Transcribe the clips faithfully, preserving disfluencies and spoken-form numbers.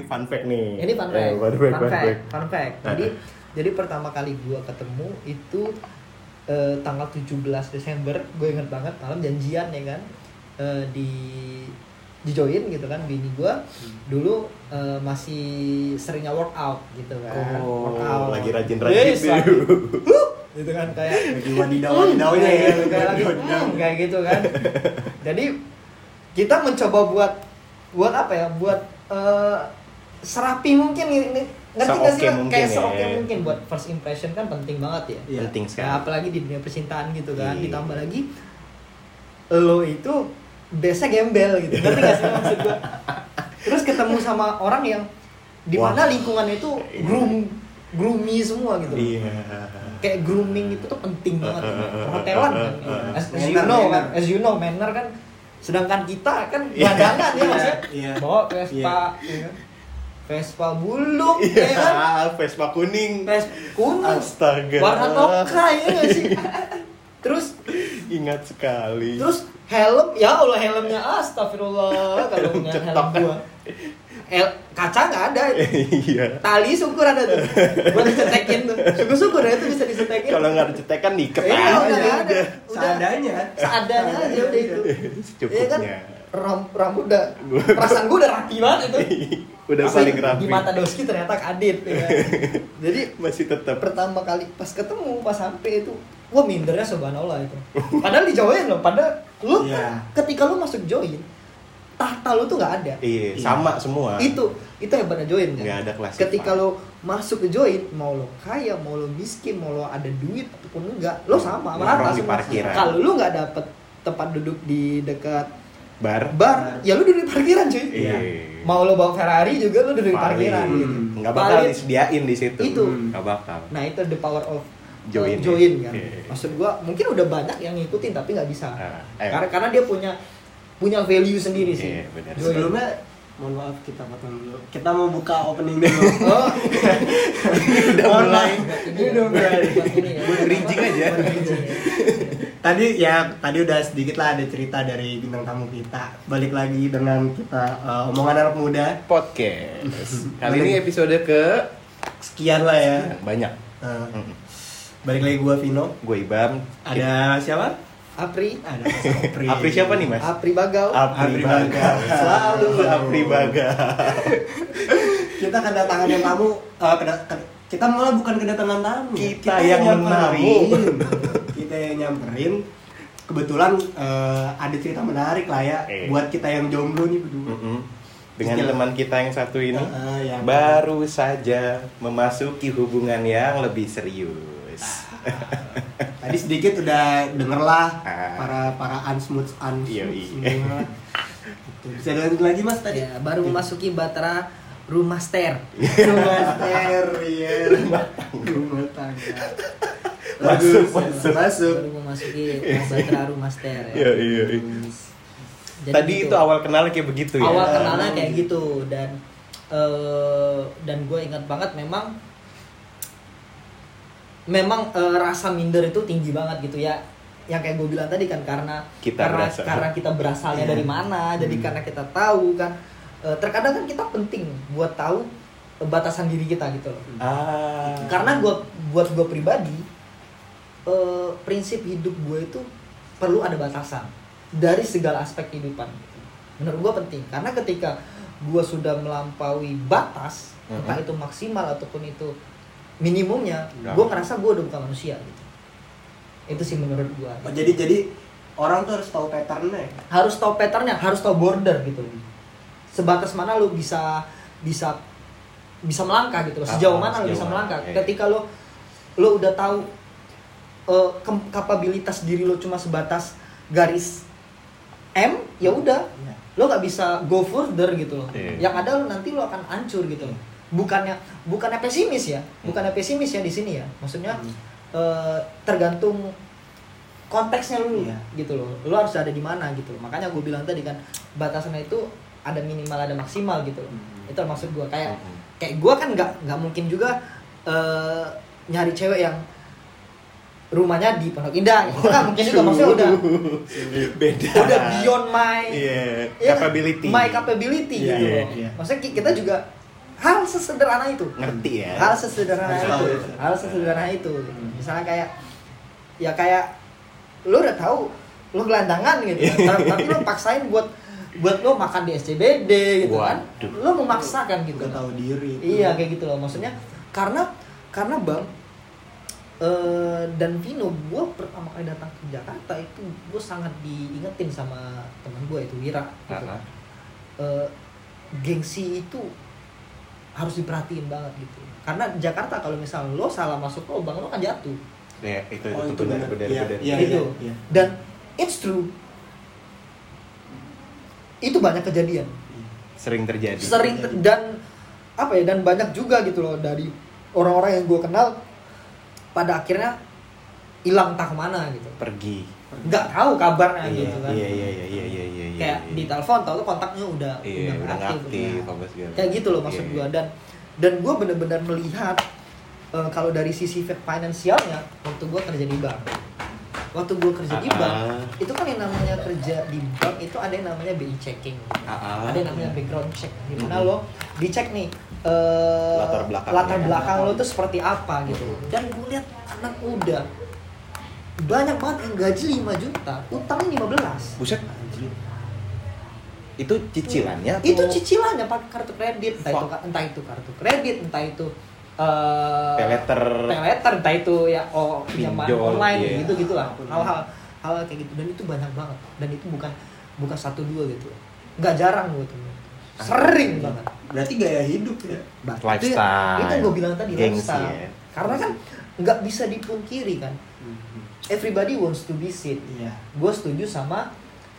fun fact nih. Ini fun fact. Eh, fun fact, fun fun fact. fact. Fun fact. Jadi jadi pertama kali gue ketemu itu eh, tanggal tujuh belas Desember, gue inget banget, malam janjian ya kan, eh, di di join gitu kan, bini gue dulu eh, masih seringnya workout gitu kan. Oh, workout. lagi rajin-rajin yes, lagi, huh, gitu kan kayak lagi wadidaw-wadidawnya ya, kayak lagi hmm, kayak gitu kan. Jadi kita mencoba buat buat apa ya? Buat uh, serapi mungkin ini, ngerti nggak sih? Kayak seoke ya. mungkin buat first impression kan penting banget ya. Iya. Penting sekali. Nah, apalagi di dunia percintaan gitu kan. Iya. Ditambah lagi lo itu biasa gembel gitu. Ngerti nggak sih maksud gua? Terus ketemu sama orang yang di mana lingkungannya itu groom groomy semua gitu. Iya. Kayak grooming itu tuh penting banget. Uh, uh, uh, Perhotelan kan. uh, uh, uh, As, as you manner, know manner. kan, as you know manner kan. Sedangkan kita kan badangan ya maksudnya. Iya. Bawa Vespa, ya kan? Vespa buluk ya kan. Iya, Vespa kuning. Vespa kuning. Astaga. Warna tokai ya nggak sih? Terus ingat sekali. Terus helm, ya Allah helmnya astagfirullah kalau punya helm gua. El, kaca nggak ada itu. Iya. Tali syukur ada tuh. Gua dicetekin tuh. Syukur-syukur ya itu bisa dicetekin. Kalau nggak dicetekan diikat Iya, aja. udah nggak ada. Seadanya. Seadanya aja udah itu. Iya kan? Secukupnya. Ram, rambut udah, perasaan gua udah rapi banget itu. Udah Tapi paling rapi. Di mata Doski ternyata kadit ya kan? Jadi Masih tetap. pertama kali pas ketemu, pas sampai itu, wah mindernya subhanallah itu. Padahal di join loh, padahal lu Iya. ketika lu masuk join, tahta lu tuh nggak ada. Iya, sama semua. Itu itu hebatnya join kan. Nggak ada kelas. Ketika lo masuk ke join, mau lo kaya, mau lo miskin, mau lo ada duit ataupun enggak, lo sama Nongkrong merata di semua. parkiran. Kalau lo nggak dapet tempat duduk di dekat bar. bar, ya lo duduk di parkiran cuy. Iya. Mau lo bawa Ferrari juga lo duduk di Paling. parkiran gitu. Nggak bakal Paling- disediain di situ. Itu. Nggak bakal. Nah itu the power of Join, uh, join ya. kan. Iya. Maksud gua mungkin udah banyak yang ngikutin tapi nggak bisa. Ah, eh. Karena karena dia punya punya value sendiri sih. Iya, benar. Join. Sebelumnya mohon maaf kita potong dulu. Kita mau buka opening dulu. Oh, Udah Mohon mulai. maaf. ini Ini udah mulai. buat ini ya. Buat bridging aja. Buat bridging ya. Tadi ya tadi udah sedikit lah ada cerita dari bintang tamu kita. Balik lagi dengan kita uh, omongan anak muda. Podcast. Kali ini episode ke Sekian lah ya. banyak. Uh, Mm. balik lagi gua Vino. Gue Ibam. Ada siapa? Apri, Ada Mas Apri. Apri siapa nih, Mas? Apri Bagau. Apri Apri Baga. Baga. Selalu Apri Baga. Kita kedatangan yang tamu uh, keda- ke- kita malah bukan kedatangan tamu. Kita yang nyamperin. menamu. Kita yang nyamperin. Kebetulan uh, ada cerita menarik lah ya Eh. buat kita yang jomblo nih berdua. Mm-mm. Dengan Istilah- teman kita yang satu ini Uh, yang- baru saja memasuki hubungan yang lebih serius. Tadi sedikit udah denger lah Ah. para para unsmooth Iya, unsmooth iya. semua. Gitu. Bisa lanjut lagi Mas tadi? Ya, baru memasuki Batra rumah ster. Rumah steril, rumah tangga. Masuk, Bagus, masuk. masuk. Baru memasuki Batra rumah ster. Iya, iya, iya. Jadi Tadi gitu. itu awal kenalnya kayak begitu ya. Awal kenalnya kayak gitu dan eh, dan gue ingat banget memang memang eh, rasa minder itu tinggi banget gitu ya. Yang kayak gue bilang tadi kan karena Kita karena berasal. karena kita berasalnya Iya. dari mana, jadi Hmm. karena kita tahu kan eh, terkadang kan kita penting buat tahu eh, batasan diri kita gitu loh. Ah. Karena gue buat gue pribadi eh, prinsip hidup gue itu perlu ada batasan dari segala aspek kehidupan. Menurut gue penting karena ketika gue sudah melampaui batas, Mhm. entah itu maksimal ataupun itu minimumnya, Nah. gue ngerasa gue udah bukan manusia gitu. Itu sih menurut gue. Oh, jadi jadi orang tuh harus tahu patternnya. ya? Harus tahu patternnya, harus tahu border gitu. Sebatas mana lu bisa bisa bisa melangkah gitu loh. Sejauh Ah, mana lu sejauh bisa mana, melangkah. iya. Ketika lu lu udah tahu uh, kem- kapabilitas diri lu cuma sebatas garis M, ya udah. Iya. Lo nggak bisa go further gitu loh. Iya. Yang ada lo nanti lo akan hancur gitu loh. Bukannya bukannya pesimis ya, bukannya pesimis ya di sini ya. Maksudnya Hmm. eh, tergantung konteksnya lu Iya. gitu loh. Lo harus ada di mana gitu loh. Makanya gue bilang tadi kan batasannya itu ada minimal ada maksimal gitu loh. Hmm. Itu maksud gue kayak Mhm. kayak gue kan nggak nggak mungkin juga eh, nyari cewek yang rumahnya di Pondok Indah itu kan mungkin juga maksudnya udah beda. udah beyond my Iya, ya, capability. my capability Iya, gitu iya, loh. iya. Maksudnya ki- kita juga hal sesederhana itu. Ngerti ya. Hal sesederhana Tahu itu. ya. Hal sesederhana itu. Misalnya kayak ya kayak lu udah tahu lu gelandangan gitu kan. Tapi lu paksain buat buat lu makan di S C B D gitu kan. Waduh. Lu memaksakan gitu. Gak tahu diri. Iya kayak gitu loh. Maksudnya karena karena Bang Uh, dan Vino, gue pertama kali datang ke Jakarta itu gue sangat diingetin sama teman gue itu Wira gitu. Uh-huh. Uh, gengsi itu harus diperhatiin banget gitu. Karena Jakarta kalau misal lo salah masuk lubang lo kan jatuh. Ya, itu Oh, itu itu benar benar. benar Iya, benar. iya, Gitu. iya. Dan it's true. Itu banyak kejadian. Sering terjadi. Sering ter- dan apa ya dan banyak juga gitu loh dari orang-orang yang gue kenal pada akhirnya hilang entah kemana gitu. Pergi. Nggak tahu kabarnya Iya, gitu kan. iya iya iya iya iya iya. Kayak iya. di telepon tau tuh kontaknya udah Iya, udah nggak nggak aktif gitu. apa segala. Kayak gitu loh maksud Iya, gue iya. dan dan gue bener-bener melihat uh, kalau dari sisi finansialnya waktu gue kerja di bank. Waktu gue kerja di bank Ah. itu kan yang namanya kerja di bank itu ada yang namanya B I checking. Ah, ah. Ada yang namanya background check. Mhm. Dimana lo dicek nih uh, Latar belakangnya. latar belakang lo tuh seperti apa gitu. Dan gue lihat anak muda banyak banget yang gaji lima juta, utangnya lima belas. Buset. Itu cicilannya atau Itu cicilannya pakai kartu kredit, entah itu Fuck. entah itu kartu kredit, entah itu uh, Paylater. paylater, entah itu ya oh pinjaman Pinjol, online iya. gitu gitulah. Hal-hal hal kayak gitu dan itu banyak banget dan itu bukan bukan satu dua gitu. Nggak jarang gue tuh. Sering banget. Berarti gaya hidup ya. Bah, Lifestyle. Itu, itu yang gue bilang tadi Gengsi, lifestyle. ya. Karena kan nggak bisa dipungkiri kan. Everybody wants to be seen. Iya. Gue setuju sama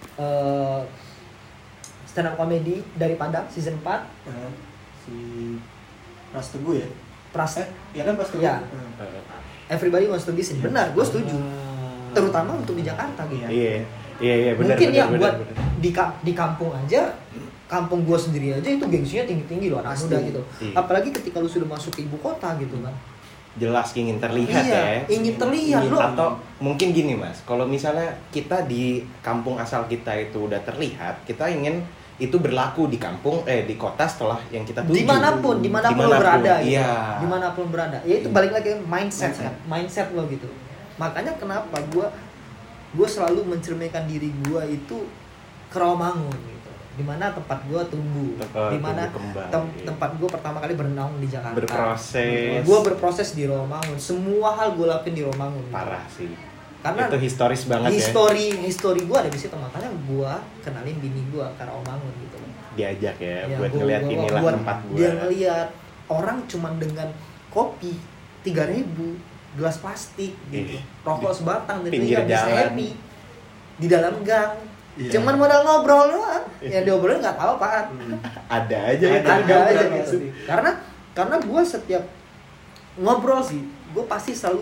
uh, stand up comedy dari Padang season empat. Nah, si Pras Teguh ya. Pras, Eh, ya kan Pras Teguh. Iya. Nah. everybody wants to be seen. Benar, gue setuju. Terutama untuk di Jakarta gitu. Iya. Iya iya benar Mungkin benar ya benar, buat benar. di ka- di kampung aja, kampung gue sendiri aja itu gengsinya tinggi-tinggi loh anak Pasti. muda gitu. Iya. Apalagi ketika lu sudah masuk ke ibu kota gitu kan. Jelas ingin terlihat Iya, ya. ingin terlihat Ingin- lo. Atau mungkin gini Mas, kalau misalnya kita di kampung asal kita itu udah terlihat, kita ingin itu berlaku di kampung eh di kota setelah yang kita tuju. Dimanapun, dimanapun, lo Dimanapun, berada gitu. iya. Dimanapun berada. Ya itu balik lagi ke mindset, Mindset. kan, mindset lo gitu. Makanya kenapa gue gue selalu mencerminkan diri gue itu ke Rawamangun gitu. Dimana tempat gue tumbuh, Tempat dimana tumbuh kembang, tem- iya. tempat gue pertama kali bernaung di Jakarta. Berproses. Gue berproses di Rawamangun. Semua hal gue lakuin di Rawamangun. gitu. Parah sih. Karena itu historis banget history history gue ada di situ, makanya gue kenalin bini gue ke Rawamangun gitu. ya. Diajak ya, Ya, buat gua- ngeliat gua- inilah buat tempat gua. dia ngeliat orang cuman dengan kopi tiga ribu, gelas plastik gitu, Ih, rokok di sebatang dan pinggir dia bisa jalan. happy di dalam gang. Iya. Cuman modal ngobrol doang, yang diobrolin nggak tahu apaan. Ada aja Ada. gitu. Ada aja Ngobrol gitu. pasti. Karena karena gue setiap ngobrol sih, gue pasti selalu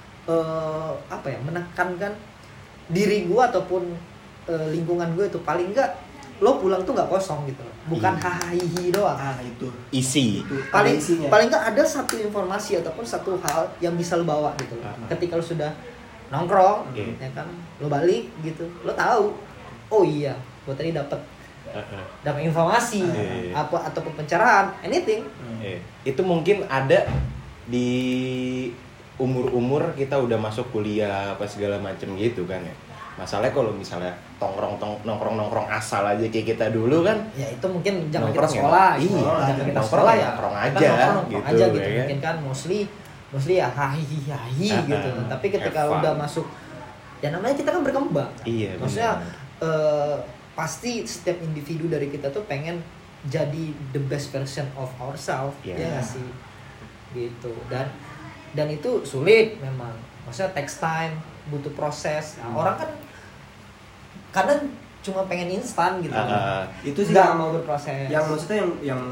eh, apa ya menekankan diri gue ataupun eh, lingkungan gue itu paling enggak lo pulang tuh nggak kosong gitu loh. Bukan Iya. hahaha doang. Ah itu. Isi. Itu paling ada isinya. paling nggak ada satu informasi ataupun satu hal yang bisa lo bawa gitu loh. Ah. Ketika lo sudah nongkrong, Oke. ya kan, lo balik gitu, lo tahu, oh iya, gue tadi dapat Heeh. dapat informasi Iya. apa ataupun pencerahan, anything. Eh, itu mungkin ada di umur-umur kita udah masuk kuliah apa segala macem gitu kan ya. Masalahnya kalau misalnya tongkrong tong, nongkrong nongkrong asal aja kayak kita dulu kan, Ya itu mungkin jangan kita Nongkrong ya? sekolah, Iya, gitu. Jangan kita nongkrong sekolah ya ya, nongkrong kita aja, nongkrong, nongkrong gitu, aja gitu. ya kan? Mungkin kan mostly mostly ya hahihi hahi Ah, gitu. ah, Tapi ketika have fun. udah masuk, ya namanya kita kan berkembang. Iya, Maksudnya benar. eh, pasti setiap individu dari kita tuh pengen jadi the best version of ourselves, Iya. ya nggak sih, gitu. Dan dan itu sulit memang. Maksudnya takes time, butuh proses. Nah, Hmm. orang kan kadang cuma pengen instan gitu. Ah, ah. Itu sih Nggak yang- mau berproses. yang maksudnya yang yang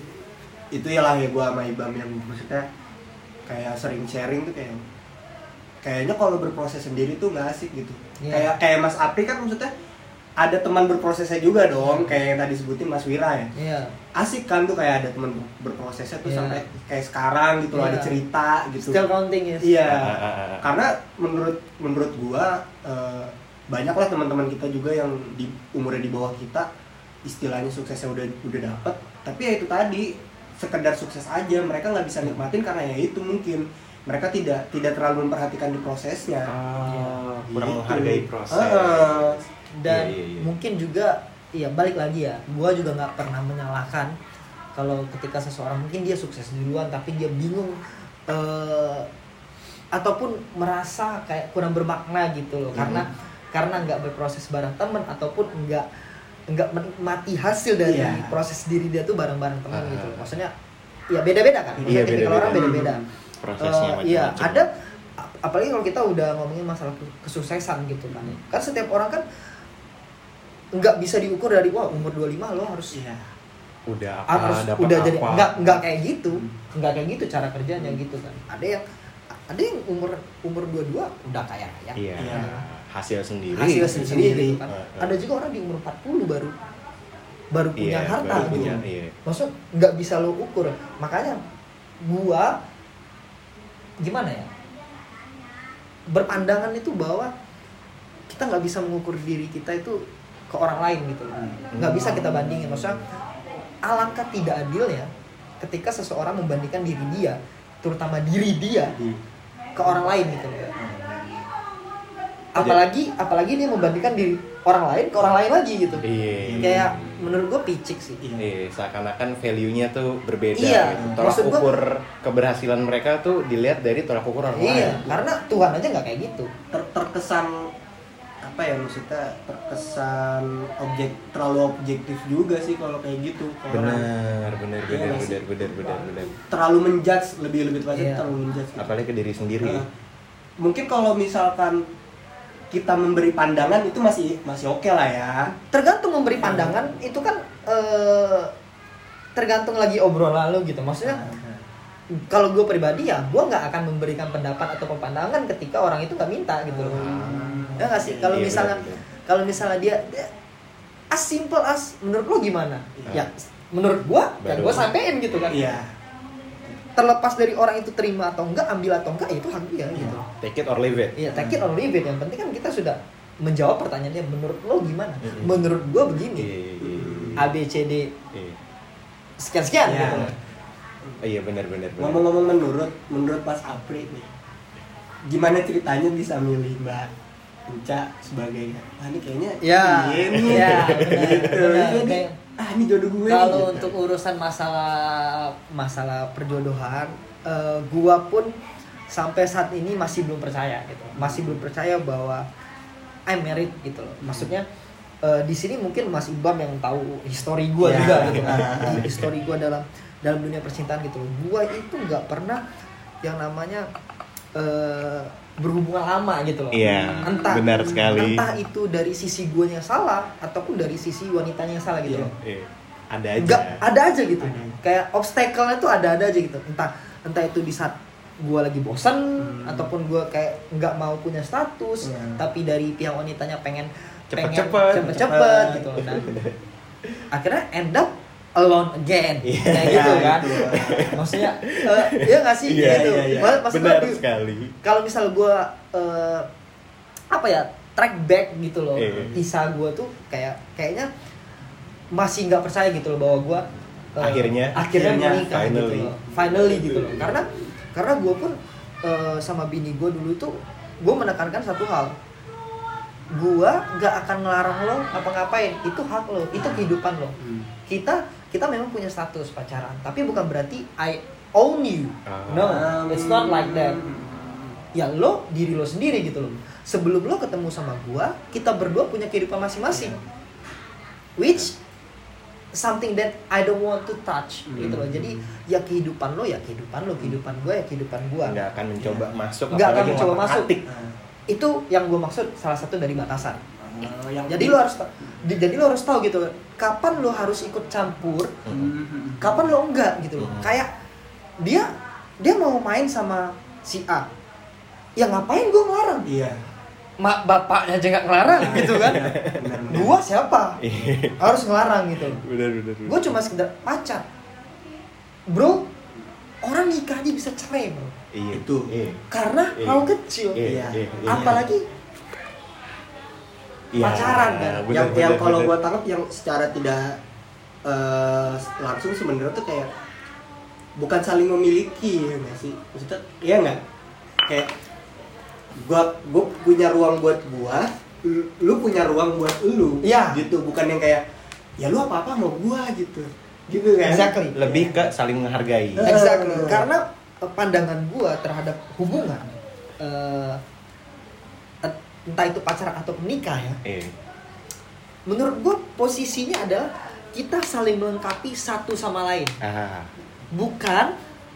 itu ya lah ya gua sama Ibam yang maksudnya kayak sering sharing tuh kayak kayaknya kalau berproses sendiri tuh nggak asik gitu. Iya. Kayak kayak Mas Apri kan maksudnya ada teman berprosesnya juga dong, kayak yang tadi sebutin Mas Wira ya. Iya. Asik kan tuh kayak ada teman ber- berprosesnya tuh Iya. sampai kayak sekarang gitu loh, Iya. ada cerita gitu. Still counting ya. Iya. Ah, ah, ah, ah. Karena menurut menurut gua eh, banyak lah teman-teman kita juga yang di umurnya di bawah kita istilahnya suksesnya udah udah dapet, tapi ya itu tadi sekedar sukses aja, mereka nggak bisa nikmatin karena ya itu mungkin mereka tidak tidak terlalu memperhatikan di prosesnya. Ah, kurang Gitu. menghargai proses. Uh, Dan Iya, iya, iya. mungkin juga ya balik lagi ya, gua juga nggak pernah menyalahkan kalau ketika seseorang mungkin dia sukses duluan tapi dia bingung eh, ataupun merasa kayak kurang bermakna gitu loh, Hmm. karena karena nggak berproses bareng temen ataupun nggak nggak menikmati hasil dari Iya. proses diri dia tuh bareng-bareng teman Ah. gitu. Maksudnya ya beda-beda kan, Iya, maksudnya tipikal orang beda-beda. beda-beda. Prosesnya Eh, iya, macam-macam. ada ap- apalagi kalau kita udah ngomongin masalah kesuksesan gitu kan. Kan setiap orang kan nggak bisa diukur dari wah umur dua puluh lima lo harus iya. Udah apa, harus dapat udah jadi apa. nggak nggak kayak gitu. Nggak kayak gitu cara kerjanya gitu kan. Ada yang ada yang umur umur dua puluh dua udah kaya raya. Iya. Iya. Hasil sendiri. Hasil sendiri Sendiri. gitu kan. Heeh. Ada juga orang di umur empat puluh baru baru punya Iya, harta baru gitu. punya, iya. Maksud nggak bisa lo ukur. Makanya gua gimana ya? Berpandangan itu bahwa kita nggak bisa mengukur diri kita itu ke orang lain gitu loh. Nggak bisa kita bandingin. Maksudnya alangkah tidak adilnya ketika seseorang membandingkan diri dia, terutama diri dia ke orang lain gitu loh. Apalagi apalagi dia membandingkan diri orang lain ke orang lain lagi gitu. Iya. Kayak menurut gue picik sih. Iya, seakan-akan value-nya tuh berbeda Iya, gitu. Tolak maksud gua- ukur keberhasilan mereka tuh dilihat dari tolak ukur orang Iya, lain. karena Tuhan aja nggak kayak gitu. Ter- terkesan apa ya maksudnya terkesan objek terlalu objektif juga sih kalau kayak gitu. Kalau orang Benar, benar, Iya benar, nggak sih? benar, benar, benar, benar. terlalu menjudge lebih lebih tepatnya Iya. terlalu menjudge. Gitu. Apalagi ke diri sendiri. Nah, mungkin kalau misalkan kita memberi pandangan itu masih masih oke lah ya. Tergantung memberi pandangan itu kan eh, tergantung lagi obrolan lu gitu. Maksudnya kalau gue pribadi ya gue nggak akan memberikan pendapat atau pandangan ketika orang itu nggak minta gitu loh. Ya nggak sih. Kalau Iya, misalnya benar, benar. kalau misalnya dia, dia as simple as menurut lo gimana? Iya. Ya menurut gue ya Baru. gue sampein gitu kan. Iya. Terlepas dari orang itu terima atau enggak, ambil atau enggak, ya itu hak dia gitu. Take it or leave it. Iya, take it or leave it. Yang penting kan kita sudah menjawab pertanyaannya. Menurut lo gimana? Mm-mm. Menurut gue Iya, begini. iya, iya. A B C D Iya. sekian sekian. Iya. Gitu. Oh, iya, benar, benar, benar. Ngomong-ngomong menurut menurut Mas Apri nih, gimana ceritanya bisa milih Mbak Enca sebagai ah ini kayaknya Ya, ini ya, benar, gitu. benar. Ini, Kayak- ah ini jodoh gue. Kalau gitu. untuk urusan masalah masalah perjodohan, eh, gua pun sampai saat ini masih belum percaya gitu. Masih belum percaya bahwa I'm married gitu loh. Maksudnya eh, di sini mungkin Mas Ibam yang tahu histori gua Ya. juga gitu kan. Di histori gua dalam dalam dunia percintaan gitu loh. Gua itu nggak pernah yang namanya eh, berhubungan lama gitu loh. Iya, Entah benar sekali. Entah itu dari sisi guanya yang salah ataupun dari sisi wanitanya yang salah gitu Iya. loh. Iya. Ada aja. Enggak, ada aja gitu. Ada. Kayak obstacle-nya tuh ada-ada aja gitu. Entah entah itu di saat gua lagi bosan Hmm. ataupun gua kayak nggak mau punya status, Hmm. tapi dari pihak wanitanya pengen Cepet-cepet. pengen cepet-cepet gitu loh. Nah, akhirnya end up alone again. Iya. Kayak gitu Ya, kan. itu. Maksudnya eh iya nggak sih Iya, gitu. iya, iya. Maksud- maksud Benar gua di- sekali. kalau misal gue uh, apa ya track back gitu loh, Iya. kisah gue tuh kayak kayaknya masih nggak percaya gitu loh bahwa gue Akhirnya- akhirnya akhirnya, menikah gitu finally. loh, finally gitu loh. Karena karena gue pun uh, sama bini gue dulu tuh gue menekankan satu hal, gue nggak akan ngelarang lo apa-ngapain, itu hak lo, itu kehidupan lo. Hmm. Kita kita memang punya status pacaran, tapi bukan berarti I own you. Ah. No, it's not like that. Ya lo diri lo sendiri gitu loh. Sebelum lo ketemu sama gua, kita berdua punya kehidupan masing-masing. Which something that I don't want to touch gitu loh. Jadi ya kehidupan lo ya kehidupan lo, kehidupan gua ya kehidupan gua. Nggak akan mencoba masuk. Nggak akan apalagi mencoba ngotak masuk. atik. Nah, Itu yang gua maksud salah satu dari batasan. eh, yang Jadi lo harus ta- di- jadi lo harus tahu gitu kapan lo harus ikut campur, Hmm. kapan lo enggak gitu loh. Hmm. Kayak dia dia mau main sama si A. Ya ngapain gua ngelarang? Iya. Mak bapaknya aja nggak ngelarang gitu kan. Benar-benar. Gua siapa? Iya. Harus ngelarang gitu loh. Benar, benar, benar. Gue cuma sekedar pacar. Bro, orang nikah aja bisa cerai bro. Iya. Itu. Iya. Karena Iya. hal kecil. Iya. Iya. Iya. Iya. Apalagi Iya, pacaran, kan? benar, yang yang benar, kalau benar. gua tangkap yang secara tidak eh, langsung sebenarnya tuh kayak bukan saling memiliki ya nggak sih, maksudnya iya nggak, kayak gua gua punya ruang buat gua, lu, lu punya ruang buat lu, Iya. gitu, bukan yang kayak ya lu apa apa mau gua gitu, gitu kan? Exactly. Lebih ke saling menghargai. Exactly. Karena uh, pandangan gua terhadap hubungan, uh, entah itu pacaran atau menikah ya, Eh. menurut gua posisinya adalah kita saling melengkapi satu sama lain, Ah. bukan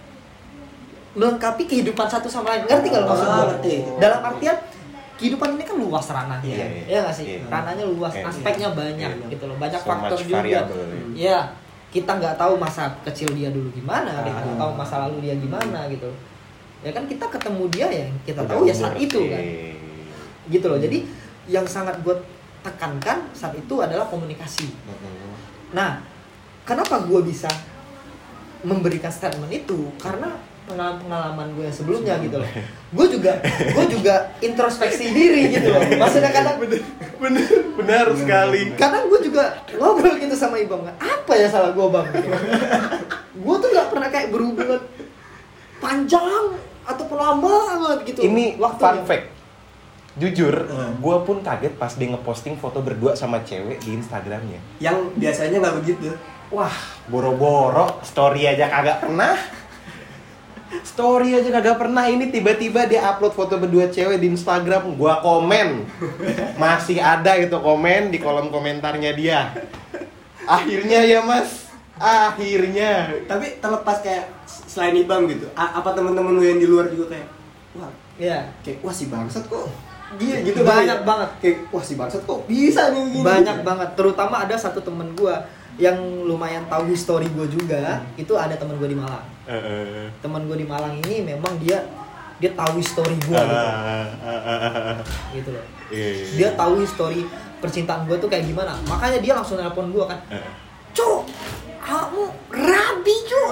melengkapi kehidupan satu sama lain. Ngerti kalau maksud Ah, gua? ngerti. Dalam artian kehidupan ini kan luas ranahnya, Iya, ya iya. nggak sih? Iya. Ranahnya luas, Iya. aspeknya banyak, Iya. gitu loh. Banyak So faktor much juga. variable. Ya, kita nggak tahu masa kecil dia dulu gimana, kita nggak Ah. tahu masa lalu dia gimana, gitu. Ya kan kita ketemu dia ya, kita Udah tahu ya saat umur. itu kan, Eh. gitu loh. Jadi yang sangat gue tekankan saat itu adalah komunikasi. Mm-mm. Nah, kenapa gue bisa memberikan statement itu? Karena pengalaman-pengalaman gue yang sebelumnya gitu loh. Gue juga, gue juga introspeksi diri gitu loh. Maksudnya kadang bener, bener, benar sekali. kadang gue juga ngobrol gitu sama Ibam, apa ya salah gue bang? Gitu. Gue tuh nggak pernah kayak berhubungan panjang ataupun lama banget gitu. Ini waktunya. fun fact. Jujur, Hmm. gue pun kaget pas dia ngeposting foto berdua sama cewek di Instagramnya. Yang biasanya nggak begitu. Wah, boro-boro story aja kagak pernah. Story aja kagak pernah. Ini tiba-tiba dia upload foto berdua cewek di Instagram. Gua komen. Masih ada itu komen di kolom komentarnya dia. Akhirnya ya mas, akhirnya. Tapi terlepas kayak selain Ibam gitu, a- apa teman-teman lu yang di luar juga kayak, wah, Iya. kayak wah si bangsat kok dia gitu Banyak kan ya? banget. Kayak wah si bangsat kok bisa nih gini. Banyak banget. Terutama ada satu temen gue yang lumayan tahu histori gue juga. Hmm. Itu ada temen gue di Malang. Uh, Temen gue di Malang ini memang dia dia tahu histori gue uh, gitu. uh, uh, uh, Gitu loh. uh, Dia tahu histori percintaan gue tuh kayak gimana. Makanya dia langsung nelpon gue kan. uh, Cuk, kamu rabi cuk.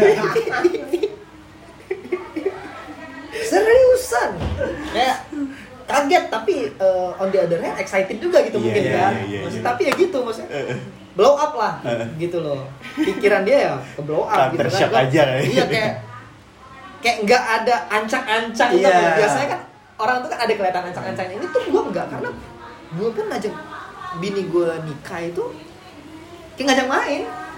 Seriusan. Kayak kaget tapi uh, on the other hand excited juga gitu Iya, mungkin iya, kan. iya, iya, Maksud, iya. tapi ya gitu maksudnya. Blow up lah gitu loh. Pikiran dia ya ke blow up gitu Culture shock kan. aja. Iya kayak kayak nggak ada ancang-ancang gitu. Iya. Biasanya kan orang tuh kan ada kelihatan ancang-ancangnya. Ini tuh gue enggak, karena gue kan ngajak bini gue nikah itu kayak ngajak main.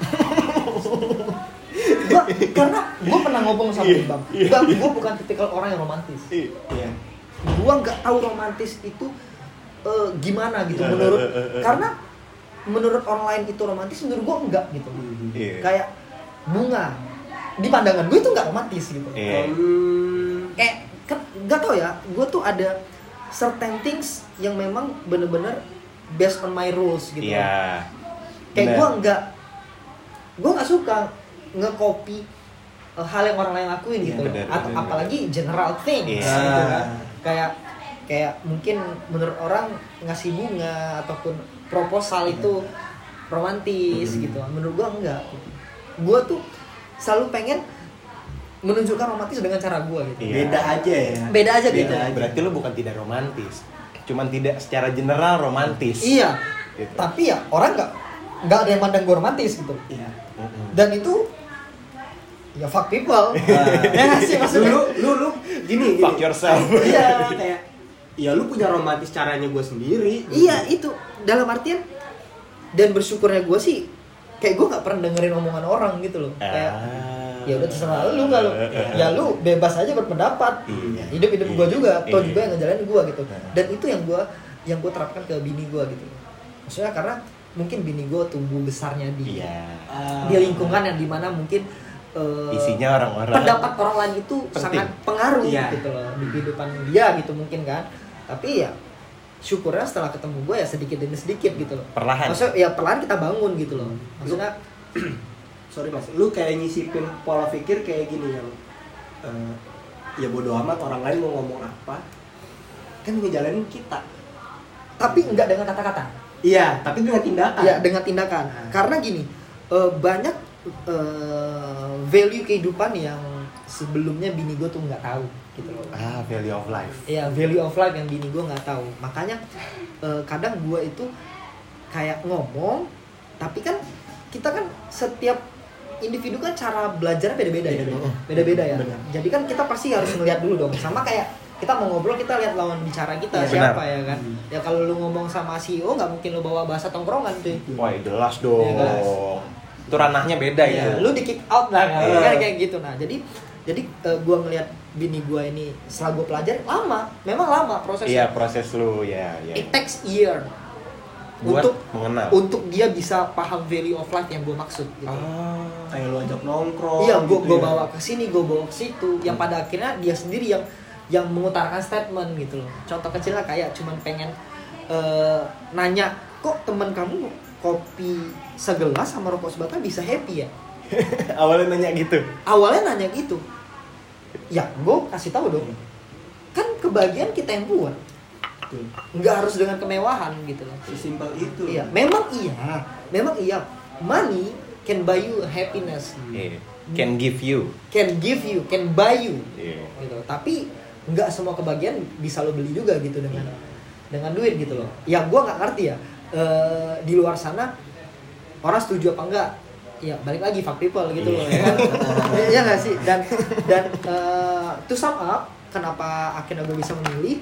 Gua, karena gue pernah ngomong sama Iya, Bang, iya. Bang, gue bukan tipikal orang yang romantis. Iya. Gue nggak tahu romantis itu eh, gimana gitu Iya, menurut, iya, iya, iya. karena menurut online itu romantis, menurut gue enggak gitu. Iya. Kayak bunga di pandangan gue itu nggak romantis gitu. Iya. Hmm. Kayak kan nggak tau ya, gue tuh ada certain things yang memang bener-bener based on my rules gitu. Iya. Kayak Bener. gue nggak, gue nggak suka nge-copy uh, hal yang orang lain lakuin Iya, gitu loh. bener, Atau bener, apalagi general things Iya. gitu kan. Kayak kayak mungkin menurut orang ngasih bunga ataupun proposal itu romantis Hmm. gitu. Menurut gue enggak. Gue tuh selalu pengen menunjukkan romantis dengan cara gue gitu. Iya. Beda aja ya. Beda aja gitu. aja. Berarti lu bukan tidak romantis, cuman tidak secara general romantis. Iya. Gitu. Tapi ya orang nggak nggak ada yang mandang gue romantis gitu. Iya. Mm-mm. Dan itu ya fuck people. Ya nggak sih maksudnya. Lu lu lu gini gini. Fuck yourself. Iya kayak ya lu punya romantis caranya gue sendiri. Iya itu dalam artian, dan bersyukurnya gue sih kayak gue nggak pernah dengerin omongan orang gitu loh. Kayak Ah. ya udah terserah lu kalau ya lu bebas aja berpendapat. Iya. Hidup hidup gue juga, toh Iya. juga yang ngejalanin gue gitu. Iya. Dan itu yang gue yang gue terapkan ke bini gue gitu. Maksudnya karena mungkin bini gue tumbuh besarnya di Iya. Ah. di lingkungan yang dimana mungkin eh, Isinya orang-orang. pendapat orang lain itu Penting. sangat pengaruh Iya. gitu loh di kehidupan dia gitu mungkin kan. Tapi ya syukurnya setelah ketemu gue ya sedikit demi sedikit gitu loh. Perlahan. Maksudnya ya perlahan kita bangun gitu loh. Maksudnya Sorry mas, lu kayak nyisipin pola pikir kayak gini yang eh, ya bodo amat orang lain mau ngomong apa, kan ngejalanin kita. tapi enggak dengan kata-kata. Iya, tapi dengan tindakan. Ya dengan tindakan. Nah. Karena gini, eh, banyak eh, value kehidupan yang sebelumnya bini gue tuh nggak tahu gitu loh. Ah, value of life. Ya value of life yang bini gue nggak tahu. Makanya eh, kadang gue itu kayak ngomong, tapi kan kita kan setiap individu kan cara belajar beda-beda ya. Beda-beda. Beda-beda ya. Benar. Jadi kan kita pasti harus ngeliat dulu dong. Sama kayak kita mau ngobrol, kita lihat lawan bicara kita Iya, siapa benar. ya kan. Hmm. Ya kalau lu ngomong sama C E O nggak mungkin lu bawa bahasa tongkrongan tuh. Wah, jelas dong. Iya, jelas. Itu ranahnya beda Ya, itu. lu di kick out lah kan, Iya. kan kayak gitu. Nah, jadi jadi uh, gua ngelihat bini gua ini setelah gua pelajari lama, memang lama prosesnya. Iya, proses lu ya, ya. It takes year Buat untuk mengenal. untuk dia bisa paham value of life yang gua maksud gitu. Ah. Kayak lu ajak nongkrong. Iya, gua gitu gua ya. bawa ke sini, gua bawa ke situ, yang pada akhirnya dia sendiri yang yang mengutarakan statement gitu loh. Contoh kecilnya kayak cuman pengen uh, nanya, kok teman kamu kopi segelas sama rokok sebatang bisa happy ya? Awalnya nanya gitu. Awalnya nanya gitu. Ya, gue kasih tahu dong. Kan kebahagiaan kita yang buat. Betul. Nggak harus dengan kemewahan gitu loh. Sesimpel itu. Iya, memang iya. Memang iya. Money can buy you happiness. Iya. Can give you. Can give you, can buy you. Iya. Gitu. Tapi nggak semua kebahagiaan bisa lo beli juga gitu dengan dengan duit gitu loh. Ya gue nggak ngerti ya. Eh, di luar sana orang setuju apa enggak? Ya balik lagi fuck people gitu loh ya kan. Iya nggak sih? Dan dan uh, to sum up, kenapa akhirnya gue bisa memilih?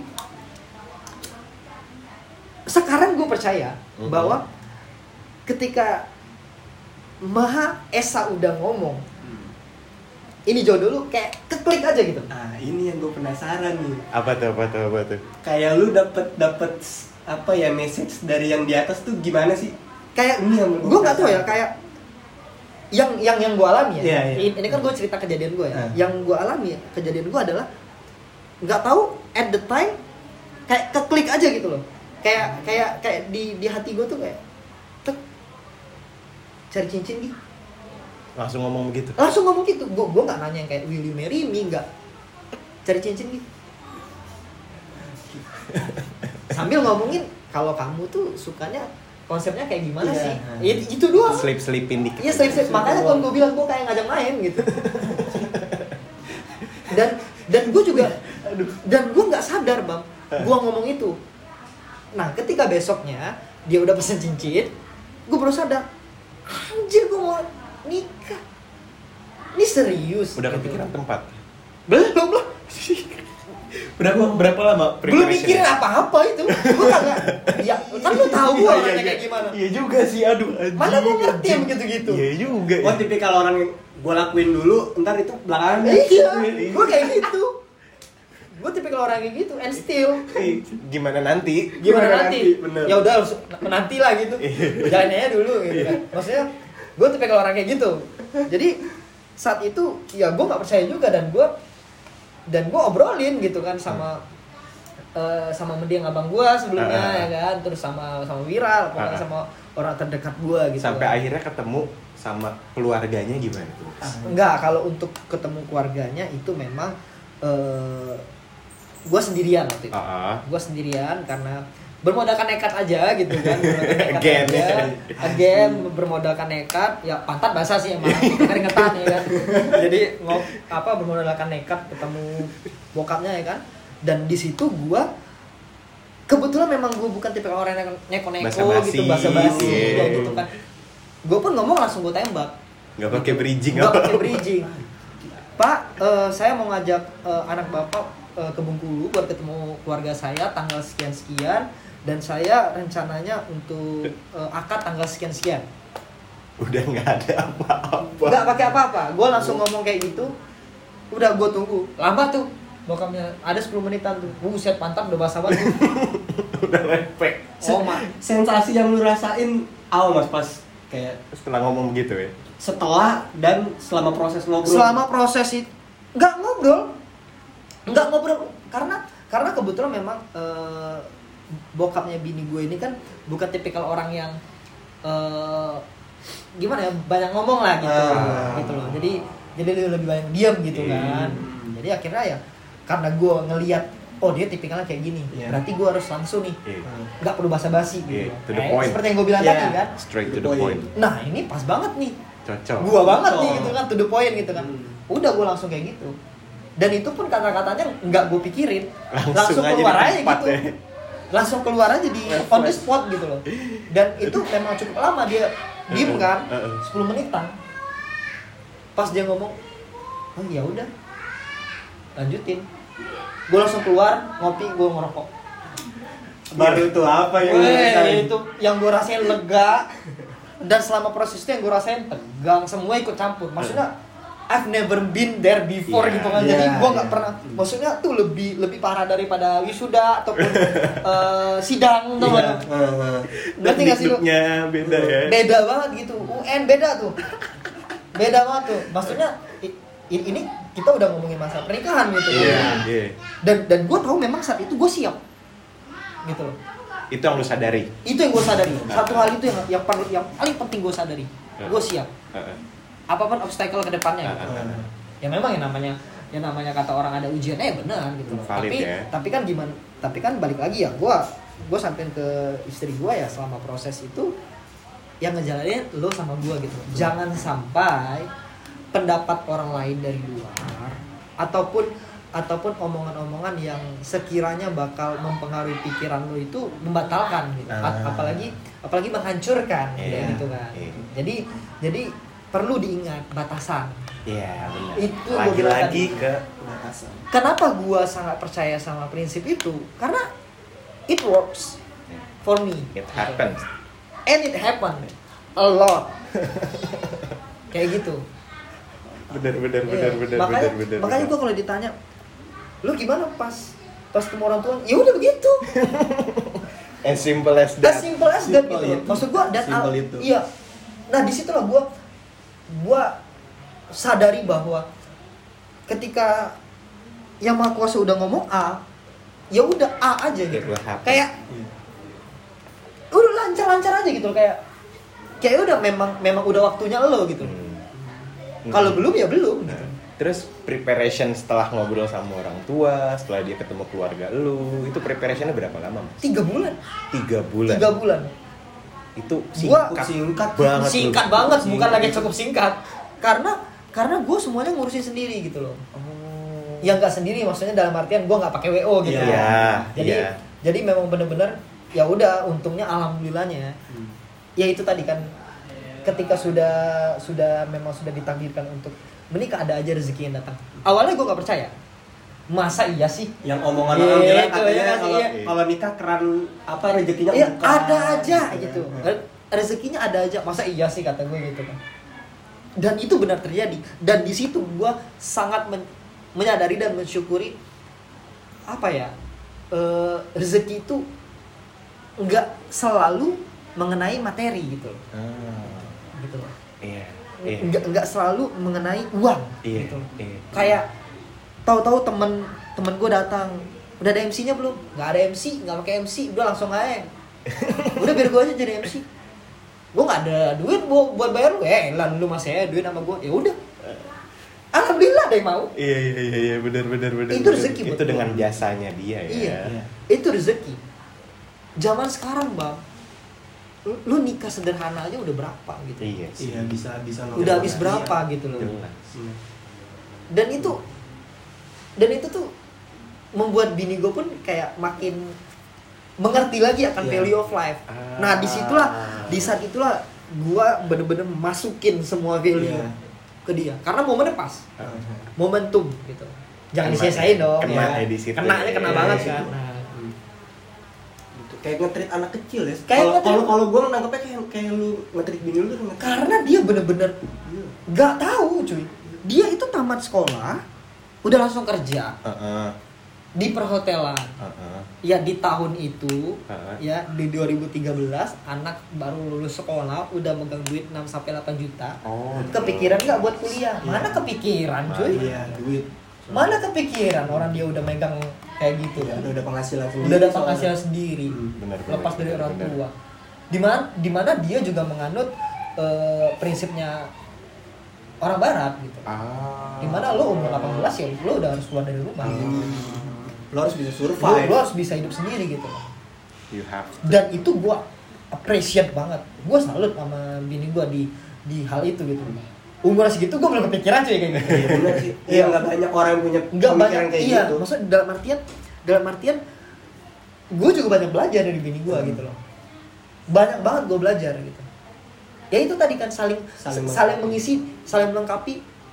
Sekarang gue percaya Mm-hmm. bahwa ketika Maha Esa udah ngomong, ini jodoh lu, kayak keklik aja gitu. Nah, ini yang gue penasaran nih. Apa tuh, apa tuh, apa tuh? Kayak lu dapet dapet apa ya message dari yang di atas tuh gimana sih? Kayak Ini yang gue nggak tahu ya, kayak yang yang yang gue alami ya. Iya, iya. Ini, ini kan gue cerita kejadian gue ya. Uh. Yang gue alami kejadian gue adalah nggak tahu at the time kayak keklik aja gitu loh. Kayak kayak kayak di di hati gue tuh kayak tek, cari cincin gitu. Langsung ngomong begitu. Langsung ngomong gitu. Gue gue nggak nanya yang kayak will you marry me, nggak. Cari cincin gitu. Sambil ngomongin kalau kamu tuh sukanya konsepnya kayak gimana Iya. sih? Ya, itu doang. Selip-selipin dikit. Iya, slip-slip. Makanya kalau gue bilang gue kayak ngajak main gitu. dan dan gue juga dan gue nggak sadar bang, gue ngomong itu. Nah, ketika besoknya dia udah pesen cincin, gue baru sadar, anjir gue mau nikah. Ini serius. Udah gitu. kepikiran tempat. Belum belum. Berapa berapa lama Belum mikirin apa-apa itu. Gue kagak. Ya kan lu tahu gue Iya, orangnya iya, kayak gimana. Iya juga sih, aduh. Anjing, Mana gue ngerti yang anjing. begitu-gitu. Iya juga. Oh, tipikal orang yang gue lakuin dulu, ntar itu belakangan. Iya, gue kayak gitu. Gue tipikal orang kayak gitu, and still. Eh, gimana nanti? Gimana, Gimana nanti? nanti? Bener. Ya udah harus nanti lah gitu. Jalanin aja dulu gitu kan. Maksudnya gue tipikal orang kayak gitu. Jadi saat itu ya gue nggak percaya juga, dan gue dan gue obrolin gitu kan sama uh, sama mendiang abang gue sebelumnya Uh, uh, uh. ya kan, terus sama sama Viral, pokoknya Uh, uh. sama orang terdekat gue gitu. Sampai kan. akhirnya ketemu sama keluarganya gimana tuh? Enggak, kalau untuk ketemu keluarganya itu memang uh, gue sendirian waktu itu. Ah, ah. Gue sendirian karena bermodalkan nekat aja gitu kan. Bermodalkan nekat Again, aja. ya. Again, bermodalkan nekat. Ya pantat basah sih emang, keringetan ya kan. Jadi ngop apa bermodalkan nekat ketemu bokapnya ya kan. Dan di situ gue kebetulan memang gue bukan tipe orang yang neko-neko Basa-basi, gitu, basa-basi iya. ya gitu kan. Gue pun ngomong langsung gue tembak. Nggak pakai bridging Nggak apa? pakai bridging. Pak, eh, saya mau ngajak eh, anak bapak eh, ke Bengkulu buat ketemu keluarga saya tanggal sekian-sekian, dan saya rencananya untuk eh, akad tanggal sekian-sekian. Udah nggak ada apa-apa. Nggak pakai apa-apa. Gue langsung ngomong kayak gitu. Udah gue tunggu. Lama tuh. Bokapnya ada sepuluh menitan tuh. Buset, mantap, udah basah banget. Udah lepek. Oh, mak. Sensasi yang lu rasain awal mas pas kayak Setelah ngomong begitu ya. setelah dan selama proses ngobrol. Selama proses itu nggak ngobrol, nggak ngobrol karena karena kebetulan memang eh, bokapnya bini gue ini kan bukan tipikal orang yang eh, gimana ya, banyak ngomong lah gitu, Ah. gitu loh. Jadi jadi dia lebih banyak diam gitu kan. Hmm. Jadi akhirnya ya karena gue ngelihat oh dia tipikalnya kayak gini, Yeah. berarti gue harus langsung nih, Iya. nggak perlu basa-basi gitu. Yeah, loh. to the Kayak point. seperti yang gue bilang Yeah. tadi kan. Straight to the Point. point. Nah ini pas banget nih. Cocok. Gua banget nih Cocok. gitu kan, to the point gitu kan. Hmm. Udah gua langsung kayak gitu. Dan itu pun kata-katanya nggak gua pikirin, Langsung langsung, aja keluar di aja tempat gitu. ya. Langsung keluar aja di on the spot gitu loh. Dan itu memang cukup lama dia diem kan, Uh-uh. sepuluh menitan. Pas dia ngomong, oh ya udah, lanjutin. Gue langsung keluar ngopi, gue ngerokok. Baru tuh apa yang lu Weh, rasain? itu yang gue rasain lega. Dan selama proses itu yang gue rasain tegang, semua ikut campur. Maksudnya I've never been there before Yeah, gitu kan. yeah, Jadi gue nggak yeah. pernah. Maksudnya tuh lebih lebih parah daripada wisuda ataupun uh, sidang tuh. Iya. Heeh. Ngerti nggak sih lu? Dikduknya beda ya. Beda banget gitu. U N beda tuh. Beda banget tuh. Maksudnya i- i- ini kita udah ngomongin masa pernikahan gitu. Iya, kan. iya. Dan dan gue tahu memang saat itu gue siap. Gitu loh. Itu yang lu sadari. Itu yang gue sadari. Satu hal itu yang yang perlu yang paling penting gue sadari. Gue siap. Heeh. Apapun obstacle ke depannya gitu. Heeh. Ya memang yang namanya yang namanya kata orang ada ujiannya ya benar gitu loh. Valid Tapi ya. tapi kan gimana? Tapi kan balik lagi ya gue gue sampein ke istri gue ya selama proses itu yang ngejalanin lo sama gue gitu. Jangan sampai pendapat orang lain dari luar ataupun ataupun omongan-omongan yang sekiranya bakal mempengaruhi pikiran lo itu membatalkan gitu. A- Ah. apalagi apalagi menghancurkan Iya, kayak gitu kan. iya. Jadi jadi perlu diingat batasan. Iya, benar. Itu gua bilang Lagi-lagi tadi. ke Batasan. Kenapa gua sangat percaya sama prinsip itu? Karena it works for me. it happens. And it happen a lot. Kayak gitu. Benar benar Iya. benar benar makanya, benar benar. Makanya gua kalau ditanya, lu gimana pas pas ketemu orang tua? Ya udah begitu. as simple as As that. simple as that Simple gitu. itu. Maksud gua dan Simple al- itu. iya. Nah, disitulah gua gua sadari bahwa ketika yang Maha Kuasa udah ngomong A, ya udah A aja It gitu. will happen. Kayak Iya. udah lancar-lancar aja gitu loh, kayak kayak udah memang memang udah waktunya lo gitu. Hmm. Kalau belum ya belum Nah, gitu. terus preparation setelah ngobrol sama orang tua, setelah dia ketemu keluarga lu, itu preparationnya berapa lama, Mas? Tiga bulan. Tiga bulan. Tiga bulan. Itu Gua- singkat, Singkat. banget. Singkat lu. banget, bukan Singkat. lagi cukup singkat. Karena karena gue semuanya ngurusin sendiri gitu loh. Oh. Yang nggak sendiri maksudnya dalam artian gue nggak pakai W O gitu. Iya. Iya, Jadi iya. jadi memang bener-bener ya udah untungnya alhamdulillahnya. Hmm. Ya itu tadi kan ketika sudah sudah memang sudah ditakdirkan untuk menikah ada aja rezeki yang datang. Awalnya gue nggak percaya. Masa iya sih? Yang omongan Iya, orang bilang itu, katanya iya, kalau iya. kalau nikah keran apa rezekinya Iya, bukan. ada aja gitu. Hmm. Re- Rezekinya ada aja. Masa iya sih kata gue gitu kan. Dan itu benar terjadi. Dan di situ gue sangat men- menyadari dan mensyukuri apa ya? eh, rezeki itu nggak selalu mengenai materi gitu. Ah, Gitu loh. iya, iya. Nggak nggak selalu mengenai uang Iya, gitu. iya. Kayak tahu-tahu temen temen gue datang, udah ada M C-nya belum? Nggak ada M C, nggak pakai M C, udah langsung aja. Udah biar gue aja jadi M C. Gue nggak ada duit buat buat bayar lu, eh lah lu masih ada duit sama gue, ya udah. Alhamdulillah ada yang mau. Iya, iya, iya, iya, benar, benar, benar. Itu benar. rezeki buat Itu dengan gua. jasanya dia ya. Iya. Iya. Itu rezeki. Zaman sekarang bang, lu, lu nikah sederhana aja udah berapa gitu. Iya sih. Iya, bisa bisa Udah habis Iya. berapa gitu loh. Jelas. Iya. Dan itu dan itu tuh membuat bini gue pun kayak makin mengerti lagi akan Iya. value of life. Ah. Nah disitulah di saat itulah gue bener-bener masukin semua value Iya. ke dia karena momennya pas, Ah. momentum gitu. Jangan Kena- disia-siain dong. kena ya. di situ. Kenanya kena Iya, banget di situ. kan. Nah, Gitu. Kayak nge-treat anak kecil ya. Kayak Kalau nge-treat- kalau kalau gue nangkepnya kayak kayak lu nge-treat bini lu tuh nge-treat. karena dia bener-bener Iya. nggak tahu cuy. Dia itu tamat sekolah, udah langsung kerja Heeh. di perhotelan. Heeh. Ya di tahun itu, Heeh. ya di dua ribu tiga belas anak baru lulus sekolah udah megang duit enam sampai delapan juta. Oh. Kepikiran nggak buat kuliah? Iya. Mana kepikiran cuy? Iya, duit. Mana kepikiran orang dia udah megang kayak gitu Iya, kan? udah ada penghasilan sendiri. Udah ada soalnya. penghasilan sendiri, Hmm, benar, benar, lepas dari benar, orang benar. tua. Dimana, dimana dia juga menganut eh, prinsipnya orang Barat gitu. Ah. Dimana lo umur delapan belas ya lo udah harus keluar dari rumah. Hmm. Gitu. Lo harus bisa Lo, survive. lo harus bisa hidup sendiri gitu. You have to. Dan itu gue appreciate banget. Gue salut sama bini gue di di hal itu gitu. Umur segitu gue belum kepikiran cuy kayak gitu. Iya benar sih. Iya, nggak banyak orang yang punya Nggak pemikiran banyak kayak iya. gitu. Maksudnya dalam artian dalam artian gue juga banyak belajar dari bini gue Hmm. gitu loh. Banyak banget gue belajar gitu. Ya itu tadi kan saling Saling saling, mengisi, saling melengkapi.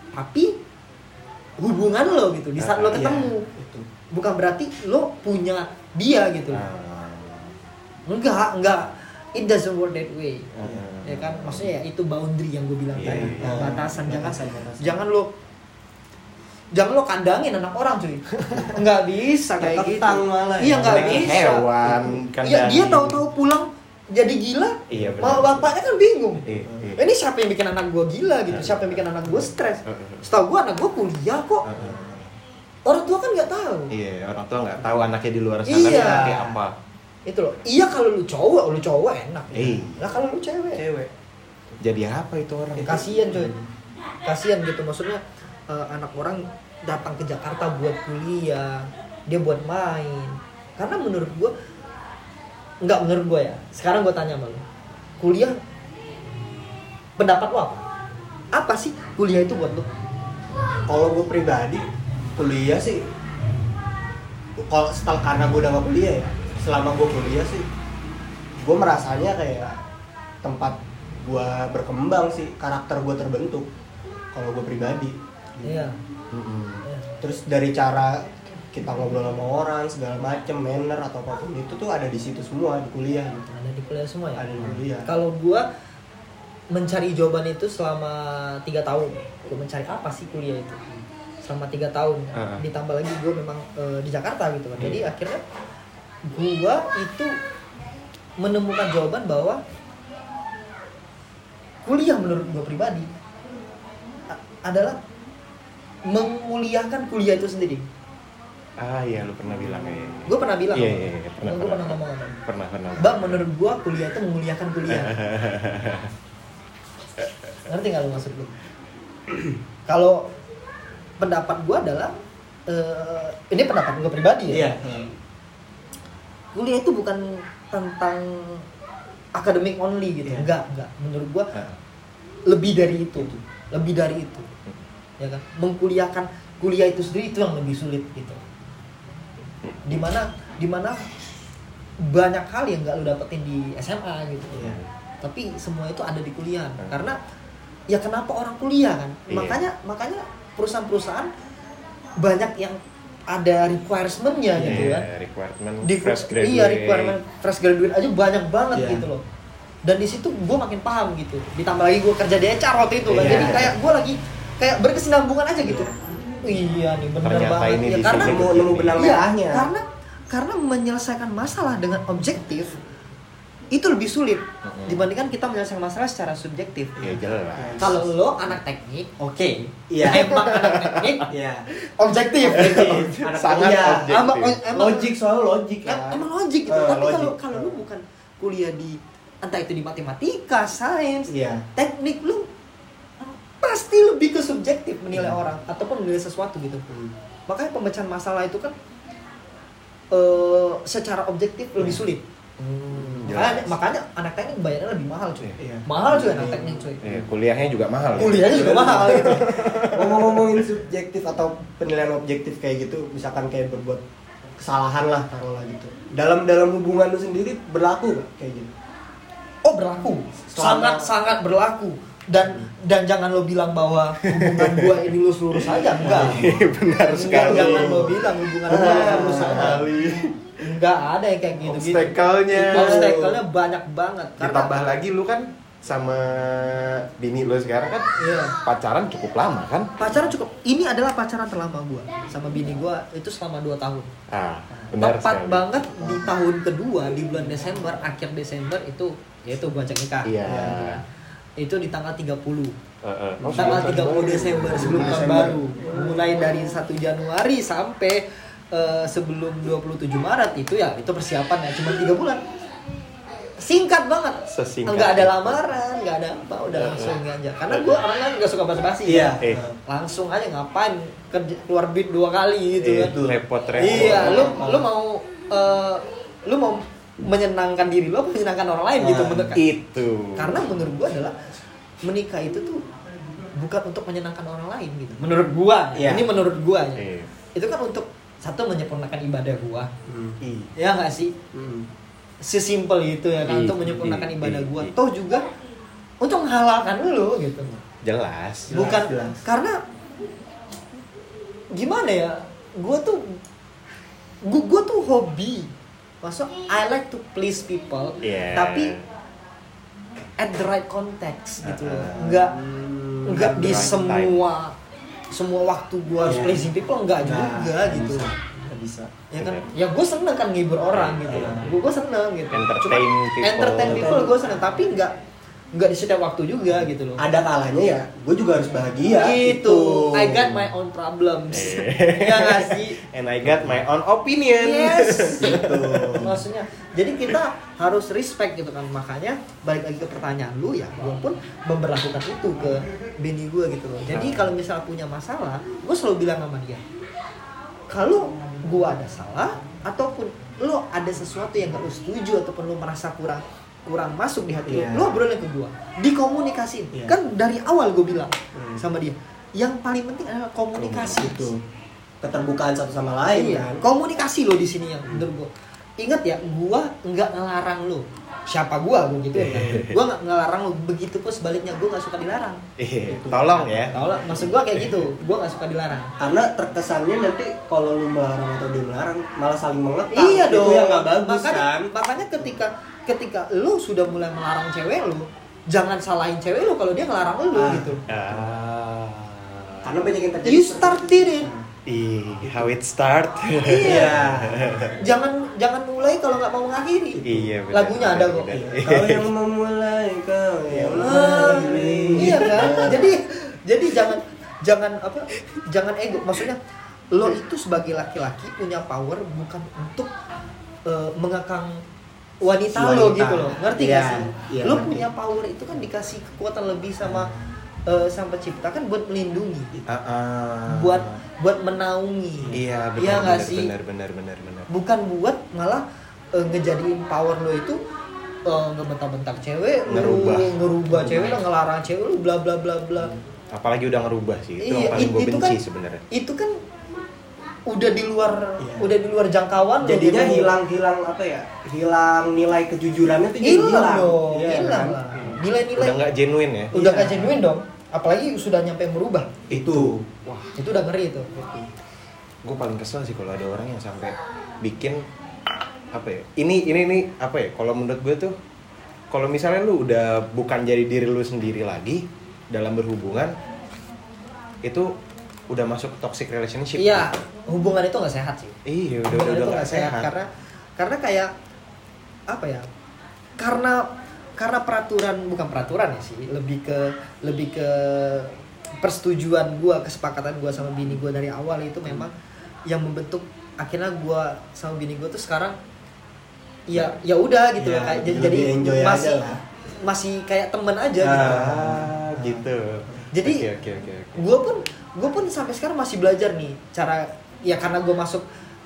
tapi hubungan lo gitu di saat Uh, lo ketemu Iya, itu. bukan berarti lo punya dia gitu. Ah. Enggak, enggak. It doesn't work that way. Uh. Ya kan? Maksudnya ya itu boundary yang gue bilang Iya, tadi. iya. Batasan, jangan Batasan, batasan. jangan lo jangan lo kandangin anak orang cuy. Enggak bisa kayak gitu. Terkekang malah ya. Iya enggak Kayak bisa. hewan kan Iya, dia dari- tahu-tahu pulang jadi gila. Iya, benar. Malah bapaknya kan bingung. Iya, iya. Ini siapa yang bikin anak gue gila gitu? Siapa yang bikin anak gue stres? Uh, uh, uh. Setahu gue anak gue kuliah kok. Uh, uh. Orang tua kan nggak tahu. Iya, orang tua nggak tahu anaknya di luar sana Iya. anaknya apa. Itu loh. Iya kalau lu cowok, lu cowok enak. Iya. Lah kalau lu cewek, Cewek. Jadi apa itu orang? kasihan coy. Kasihan gitu maksudnya eh, anak orang datang ke Jakarta buat kuliah, dia buat main. Karena menurut gua nggak menurut gua ya. Sekarang gua tanya sama lu. Kuliah pendapat lu apa? Apa sih kuliah itu buat lu? Kalau gue pribadi kuliah sih, kalau setelah karena gue udah gak kuliah ya, selama gue kuliah sih, gue merasanya kayak tempat gue berkembang sih, karakter gue terbentuk. Kalau gue pribadi. Iya. Mm-mm. Iya. Terus dari cara kita ngobrol sama orang segala macem, manner atau apapun itu tuh ada di situ semua di kuliah gitu. Ada di kuliah semua ya. Ada di kuliah. Kalau gua mencari jawaban itu selama tiga tahun, gua mencari apa sih kuliah itu selama tiga tahun. Uh-huh. Ditambah lagi gua memang e, di Jakarta gitu kan. Jadi Hmm. akhirnya gua itu menemukan jawaban bahwa kuliah menurut gua pribadi a- adalah memuliakan kuliah itu sendiri. Ah iya, lu pernah bilang ya. Gua pernah bilang. Iya, sama iya, lu. iya, pernah, Gua pernah. pernah ngomong sama lu. Pernah, pernah. Bang, menurut gua kuliah itu memuliakan kuliah. Ngerti nggak lu maksud gue? Kalau pendapat gue adalah uh, ini pendapat gue pribadi ya. Iya. Kuliah itu bukan tentang akademik only gitu. Iya. Enggak, enggak. Menurut gue Ah. lebih dari itu, lebih dari itu. Ya kan? Mengkuliahkan kuliah itu sendiri itu yang lebih sulit gitu. Dimana dimana banyak hal yang nggak lu dapetin di S M A gitu. Iya. Tapi semua itu ada di kuliah. Karena ya kenapa orang kuliah kan? Iya. Makanya makanya perusahaan-perusahaan banyak yang ada requirement-nya gitu Iya, kan. requirement Di fresh graduate. Iya, requirement fresh graduate aja banyak banget Iya. gitu loh. Dan di situ gue makin paham gitu. Ditambah lagi gue kerja di H R waktu itu kan. Iya. Jadi kayak gue lagi kayak berkesinambungan aja gitu. Iya nih benar Ternyata banget ini ya di karena sini nemu nemu benang iya, merahnya. karena karena menyelesaikan masalah dengan objektif itu lebih sulit Mm-hmm. dibandingkan kita menyelesaikan masalah secara subjektif. Iya jelas. Kalau lo anak teknik, oke. Iya. Emang anak teknik Iya. objektif. Anak Sangat kuliah. objektif. Emang, emang Logik soal logik Em- kan. emang logik gitu. Eh, Tapi logik. kalau kalau lu bukan kuliah di entah itu di matematika, sains, Iya. teknik, lu pasti lebih ke subjektif menilai Hmm. orang ataupun menilai sesuatu gitu. Hmm. Makanya pemecahan masalah itu kan eh secara objektif lebih Hmm. sulit. Hmm, Makanya, jelas. makanya anak teknik bayarnya lebih mahal cuy. Iya. Mahal cuy anak Iya. teknik cuy. Iya, kuliahnya juga mahal. ya? Kuliahnya juga mahal gitu. Ngomong-ngomongin subjektif atau penilaian objektif kayak gitu, misalkan kayak berbuat kesalahan lah taruhlah gitu. Dalam dalam hubungan lu sendiri berlaku gak kayak gitu? Oh berlaku, sangat Selama- sangat berlaku. Dan dan jangan lo bilang bahwa hubungan gua ini lurus lurus aja, enggak. Benar Enggak, sekali. jangan lo bilang hubungan gua lurus aja. Sekali. Enggak ada yang kayak gitu. Obstacle-nya. Obstacle-nya banyak banget. Ditambah lagi lu kan sama bini lu sekarang kan Iya. pacaran cukup lama kan? Pacaran cukup. Ini adalah pacaran terlama gua sama bini gua itu selama dua tahun. Ah, benar Tepat sekali. banget di tahun kedua di bulan Desember, akhir Desember itu yaitu gua ajak nikah. Iya. Itu di tanggal tiga puluh. Heeh. Oh, Tanggal sebelum tiga puluh tahun baru. Desember sebelum tahun Desember. baru. Mulai dari satu Januari sampai eh, sebelum dua puluh tujuh Maret itu ya itu persiapan ya cuma tiga bulan. Singkat banget. Sesingkat Enggak ada itu. lamaran, enggak ada apa, udah langsung aja. Karena gua orangnya enggak suka basa-basi. Iya. Eh. Langsung aja ngapain kerja keluar duit dua kali gitu Eh, kan. itu repot-repot. Iya, lu lu mau eh, lu mau menyenangkan diri lu apa menyenangkan orang lain gitu Ah, menurut Itu. karena menurut gua adalah menikah itu tuh bukan untuk menyenangkan orang lain gitu. Menurut gua, Iya. ini menurut gua ya. Iya. Itu kan untuk satu menyempurnakan ibadah gua. Hmm. Ih. Ya enggak sih? Hmm. Sesimpel itu ya kan Ih, untuk menyempurnakan ih, ibadah ih, gua. ih. Toh juga untuk menghalalkan lu gitu. Jelas. Bukan jelas. karena gimana ya, gue tuh gue gue tuh hobi, maksud I like to please people, yeah. tapi at the right context gitu loh, Uh-uh. nggak Hmm, nggak at the di right semua semua waktu gue harus Yeah. pleasing people, nggak Nggak, juga gitu, bisa, nggak bisa. ya kan, ya gue seneng kan ngibur orang gitu, Yeah. gue gue seneng gitu, Entertain Cuma people. entertain people gue seneng, tapi nggak nggak di setiap waktu juga gitu loh. Ada kalanya ya, gue juga harus bahagia. Gitu, I got my own problems. Eh. Ya nggak sih? And I got my own opinion. Yes. Gitu. Maksudnya, jadi kita harus respect gitu kan. Makanya balik lagi ke pertanyaan lu ya, gue pun memperlakukan itu ke bini gue gitu loh. Jadi kalau misalnya punya masalah, gue selalu bilang sama dia, kalau gue ada salah ataupun lo ada sesuatu yang gak lo setuju ataupun lo merasa kurang kurang masuk di hati Yeah. lo, lo obrolin ke gue, dikomunikasiin. Yeah. Kan dari awal gue bilang Hmm. sama dia, yang paling penting adalah komunikasi. Gitu. Keterbukaan satu sama lain Iya, kan. komunikasi lo di sini yang menurut gue. Ingat ya, gue nggak ngelarang lo. Siapa gue, gue gitu ya kan. Gue nggak ngelarang lo. Begitu pun sebaliknya, gue nggak suka dilarang. Eh, tolong ya. Tau lah, maksud gue kayak gitu. Gue nggak suka dilarang. Karena terkesannya nanti kalau lu melarang atau dia melarang malah saling mengekang. Iya Itu dong. yang nggak bagus makanya, kan. Makanya ketika ketika lo sudah mulai melarang cewek lo, jangan salahin cewek lo kalau dia ngelarang lo Ah. gitu. Ah. Karena banyak yang terjadi. You started it. Ih, how it start. Iya. jangan jangan mulai kalau nggak mau mengakhiri. Iya, benar, Lagunya ada benar, kok. benar. Kau yang memulai, kau yang Ah, mengakhiri. iya kan? Jadi jadi jangan jangan apa? Jangan ego. Maksudnya lo itu sebagai laki-laki punya power bukan untuk uh, mengekang wanita, Si lo wanita. gitu loh. Ngerti Iya, gak sih? iya, Lo ngerti. punya power itu kan dikasih kekuatan lebih sama uh, sama pencipta kan buat melindungi, Ah, ah. buat buat menaungi. Iya, benar, Iya nggak benar, sih? benar, benar, benar, benar. Bukan buat malah uh, ngejadiin power lo itu uh, ngebentak-bentak cewek, Ngerubah. lu ngerubah cewek, lo ngelarang cewek, lu bla bla bla bla. Apalagi udah ngerubah sih. Itu Iya, yang paling it- gue itu benci kan- sebenarnya. Itu kan udah di luar Iya. udah di luar jangkauan lo Jadinya gitu. hilang-hilang apa ya? Hilang nilai kejujurannya tuh jadi hilang hilang. dong, Iya, hilang kan? lah. Nilai-nilai Udah nggak genuine ya. udah Iya. gak genuine dong. Apalagi sudah nyampe merubah. Itu. Wah, Itu udah ngeri itu. gue paling kesel sih kalau ada orang yang sampai bikin apa ya? Ini ini ini apa ya? Kalau menurut gue tuh, kalau misalnya lu udah bukan jadi diri lu sendiri lagi dalam berhubungan, itu udah masuk toxic relationship. Iya, hubungan itu nggak sehat sih. Iya, udah Hubungan udah itu nggak nggak sehat. sehat. karena karena kayak apa ya? Karena karena peraturan bukan peraturan ya sih, lebih ke lebih ke persetujuan gua, kesepakatan gua sama bini gua dari awal itu memang yang membentuk akhirnya gua sama bini gua tuh sekarang ya ya udah gitu Ya, loh, kayak jadi lebih jadi enjoy masih aja lah. masih kayak temen aja gitu. Ah, gitu. Jadi oke oke oke. oke. gue pun gue pun sampai sekarang masih belajar nih cara, ya karena gue masuk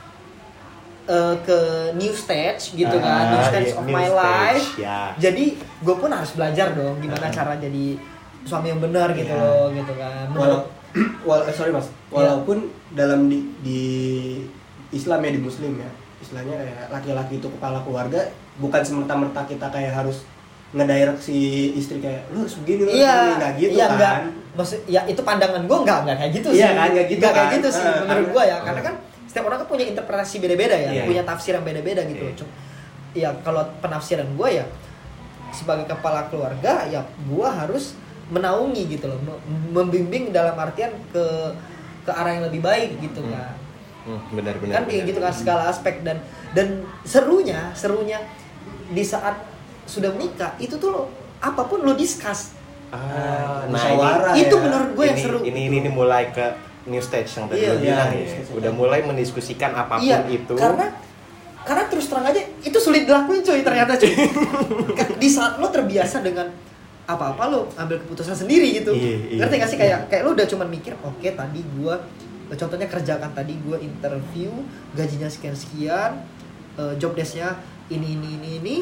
uh, ke new stage gitu kan, new Ah, stage iya, of new my stage, life. ya. Jadi gue pun harus belajar dong gimana Ah. cara jadi suami yang benar gitu Iya. loh, gitu kan. Walau, wal, eh, sorry mas, Iya. walaupun dalam di, di Islam ya, di Muslim ya, istilahnya kayak laki-laki itu kepala keluarga, bukan semerta-merta kita kayak harus ngedirect si istri kayak lu harus begini, lu harus Iya, begini, nggak gitu iya, kan? enggak. Maksud, ya itu pandangan gue nggak nggak kayak gitu sih. Iya kan, nggak gitu Nggak kayak kan. gitu sih Eh, menurut karena- gue ya, karena kan setiap orang kan punya interpretasi beda-beda ya, Iya, punya iya. tafsir yang beda-beda gitu. Iya. Cuma, ya kalau penafsiran gue ya sebagai kepala keluarga ya gue harus menaungi gitu loh, mem- membimbing dalam artian ke ke arah yang lebih baik gitu Hmm. kan. Hmm, benar benar. Kan kayak benar. gitu kan segala aspek, dan dan serunya serunya di saat sudah menikah itu tuh lo, apapun lo discuss. Ah, nah musyawarah ini, itu ya. menurut gue yang ini, seru. ini, ini ini mulai ke new stage yang tadi Iya, lo bilang iya, ya. new stage. Udah mulai mendiskusikan apapun Iya, itu. karena karena terus terang aja itu sulit dilakuin cuy ternyata cuy. Di saat lo terbiasa dengan apa-apa lo ambil keputusan sendiri gitu. Iya, iya, Ngerti gak sih, kayak kayak lo udah cuman mikir, oke tadi gua contohnya kerjakan tadi gua interview, gajinya sekian-sekian, eh, job desk-nya ini ini ini ini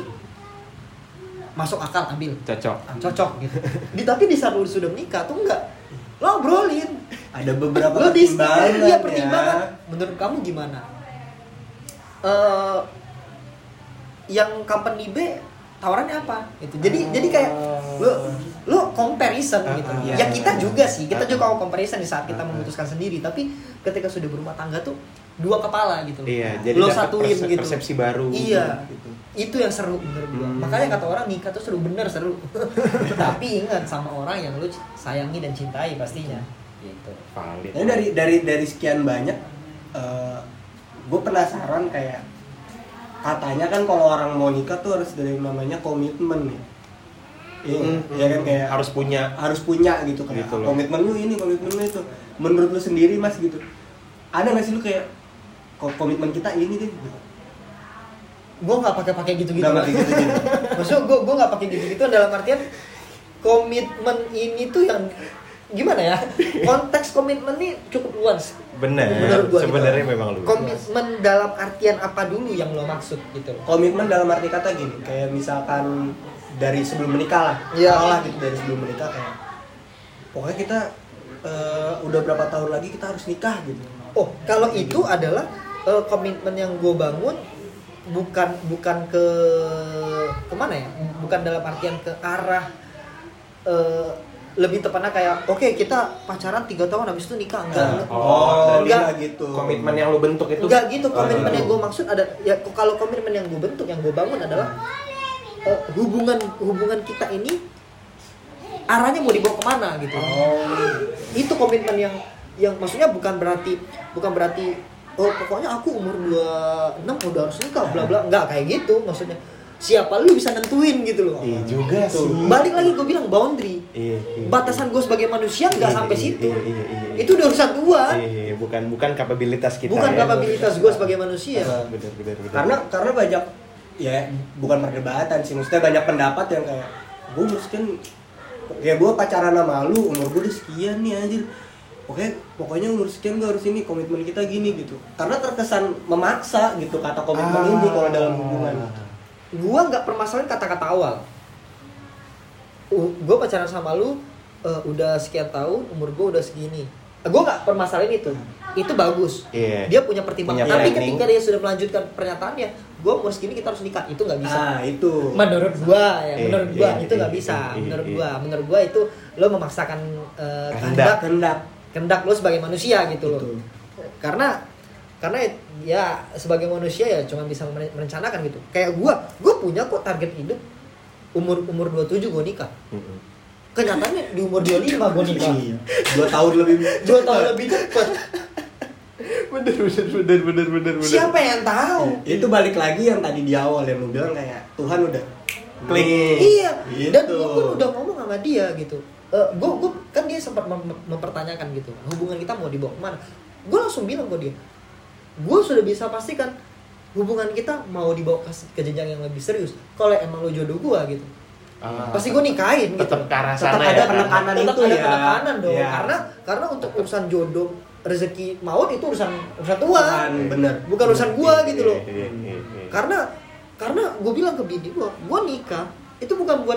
masuk akal, ambil. Cocok. Cocok gitu. Di, tapi di saat lo sudah menikah tuh enggak. Lo obrolin. Ada beberapa Lo di pertimbangan iya ya. pertimbangan. Menurut kamu gimana? Eh yang company B tawarannya apa gitu. Jadi jadi kayak lo lo comparison gitu. Iya. Ya kita juga sih, kita juga mau comparison di saat kita memutuskan sendiri, tapi ketika sudah berumah tangga tuh dua kepala gitu. Iya, jadi lo dapat satuin perse- gitu. persepsi baru. Iya. Gitu. Itu yang seru menurut gua. Hmm. Makanya kata orang nikah tuh seru, bener seru. Tapi ingat sama orang yang lu sayangi dan cintai pastinya. Gitu. Valid. Nah, dari dari dari sekian banyak, uh, gue penasaran kayak katanya kan kalau orang mau nikah tuh harus dari namanya komitmen nih. Iya, Hmm. ya kan kayak harus punya. harus punya gitu kayak Gitu loh. komitmen lu ini, komitmen lu itu. Menurut lu sendiri Mas gitu. Ada nggak sih lu kayak ko- komitmen kita ini deh? Gitu. Gue nggak pakai-pakai gitu-gitu. Nggak pakai gitu-gitu. Maksudnya gue gue nggak pakai gitu-gitu dalam artian komitmen ini tuh yang gimana ya? Konteks komitmen ini cukup luas. Bener. Menurut gua Sebenarnya gitu. memang lu. Komitmen dalam artian apa dulu yang lo maksud gitu loh. Komitmen dalam arti kata gini, kayak misalkan dari sebelum menikah lah, Iya. lah gitu dari sebelum menikah kayak pokoknya kita uh, udah berapa tahun lagi kita harus nikah gitu. Oh, kalau itu adalah uh, komitmen yang gue bangun bukan bukan ke kemana ya? Bukan dalam artian ke arah uh, lebih tepatnya kayak oke okay, kita pacaran tiga tahun habis itu nikah enggak. Oh, enggak. enggak gitu. Komitmen yang lu bentuk itu. Enggak gitu, komitmen Oh. yang gue maksud ada ya kalau komitmen yang gue bentuk, yang gue bangun adalah uh, hubungan hubungan kita ini arahnya mau dibawa kemana gitu. Oh. Itu komitmen yang yang maksudnya bukan berarti bukan berarti oh pokoknya aku umur dua puluh enam udah harus nikah bla bla, enggak kayak gitu maksudnya. Siapa lu bisa nentuin gitu loh. Iya juga sih. Balik lagi gue bilang boundary. Iya, iya. Batasan gue sebagai manusia nggak Iya, sampai iya, situ. iya, iya, iya. Itu udah urusan gua. Iya, iya, bukan bukan kapabilitas kita. Bukan ya. kapabilitas gue sebagai manusia. Bener, bener, bener. Karena karena banyak ya bukan perdebatan sih, maksudnya banyak pendapat yang kayak gue sekian ya gue pacaran sama lu umur gue udah sekian nih anjir. Oke, pokoknya umur sekian gue harus ini, komitmen kita gini gitu. Karena terkesan memaksa gitu kata komitmen Ah. ini kalau dalam hubungan. Gua nggak permasalahin kata-kata awal. Uh, gue pacaran sama lu uh, udah sekian tahun, umur gue udah segini. Uh, gue nggak permasalahin itu. Itu bagus. Iya. Dia punya pertimbangan. Punya Tapi planning. ketika dia sudah melanjutkan pernyataannya, gue umur segini kita harus nikah. Itu nggak bisa. Ah, itu. Menurut gua ya, Eh, menurut gua eh, itu nggak eh, bisa. eh, eh, Menurut eh. gua, menurut gua itu lo memaksakan uh, Kehendak. kehendak Kehendak. kehendak lo sebagai manusia gitu loh. Gitu. Karena karena ya sebagai manusia ya cuma bisa mere- merencanakan gitu. Kayak gua, gua punya kok target hidup umur umur dua puluh tujuh gua nikah. Mm-mm. Kenyataannya di umur dua puluh lima gua nikah. Iya. Dua tahun lebih. Dua tahun lebih cepat. Bener, bener, bener, bener, bener, bener. Siapa yang tahu? Itu balik lagi yang tadi di awal yang lu bilang kayak Tuhan udah Klik. Iya. Gitu. Dan gua pun udah ngomong sama dia gitu. Eh, gua, gua kan dia sempat mem- mempertanyakan gitu. Hubungan kita mau dibawa kemana? Gua langsung bilang ke dia. Gua sudah bisa pastikan hubungan kita mau dibawa ke, ke jenjang yang lebih serius. Kalau emang lo jodoh gua gitu. Ah. Pasti gue nikahin gitu. Tetap ke arah Tetap sana ada ya, penekanan tetap itu ada ya. penekanan dong. Iya. Karena karena untuk urusan jodoh, rezeki, maut itu urusan urusan Tuhan. Tuhan, bener. Bukan urusan gua gitu loh. Iya, iya, iya. Karena karena gue bilang ke bini gue, gue nikah itu bukan buat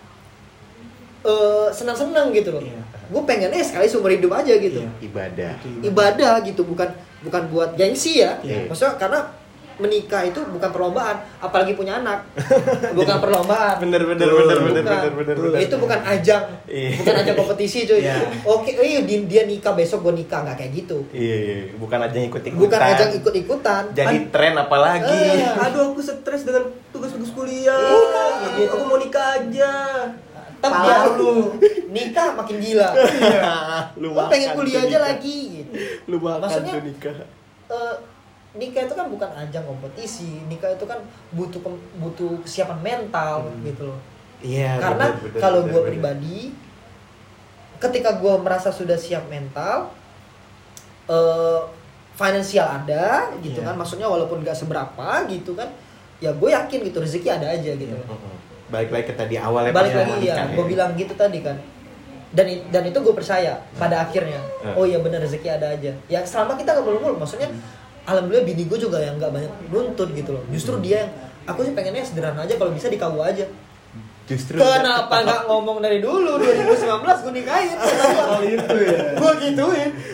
uh, senang-senang gitu loh. Iya. Gue pengennya sekali seumur hidup aja gitu. Iya. Ibadah. Ibadah gitu, bukan bukan buat gengsi ya. Iya. Maksudnya karena menikah itu bukan perlombaan, apalagi punya anak. Bukan perlombaan. Bener, bener, Betul. bener, bener, Bukan. bener, bener, bener. Itu bukan ajang, Iya. bukan ajang kompetisi cuy. Iya. Oke, iya dia, dia nikah besok gue nikah, nggak kayak gitu. Iya, iya, bukan ajang ikut-ikutan. Bukan ajang ikut-ikutan. Jadi Kan- tren apalagi. Eh, Aduh aku stres dengan tugas-tugas kuliah. Iya, gitu. Aku mau nikah aja. Tetap Pala dia lu. nikah makin gila. Lu Gue pengen makan kuliah tuh aja nikah. lagi gitu. Lu makan Maksudnya, tuh nikah. Eh, nikah itu kan bukan ajang kompetisi. Nikah itu kan butuh kem- butuh kesiapan mental Hmm. gitu loh. Iya. Karena bener, bener, kalau bener, gue bener. pribadi, ketika gue merasa sudah siap mental, eh finansial ada gitu Iya. kan, maksudnya walaupun gak seberapa gitu kan, ya gue yakin gitu rezeki ada aja gitu. Mm-mm. Balik lagi ke tadi awalnya Balik pas mau lagi ya, nikah gue bilang gitu tadi kan. Dan i- dan itu gue percaya pada akhirnya. Hmm. Oh iya benar rezeki ada aja. Ya selama kita gak mulu-mulu, maksudnya alhamdulillah bini gue juga yang gak banyak nuntut gitu loh. Justru dia yang aku sih pengennya sederhana aja, kalau bisa di K U A aja. Justru Kenapa nggak ngomong dari dulu dua ribu sembilan belas gue nikahin? Kalau itu ya. Gue gituin.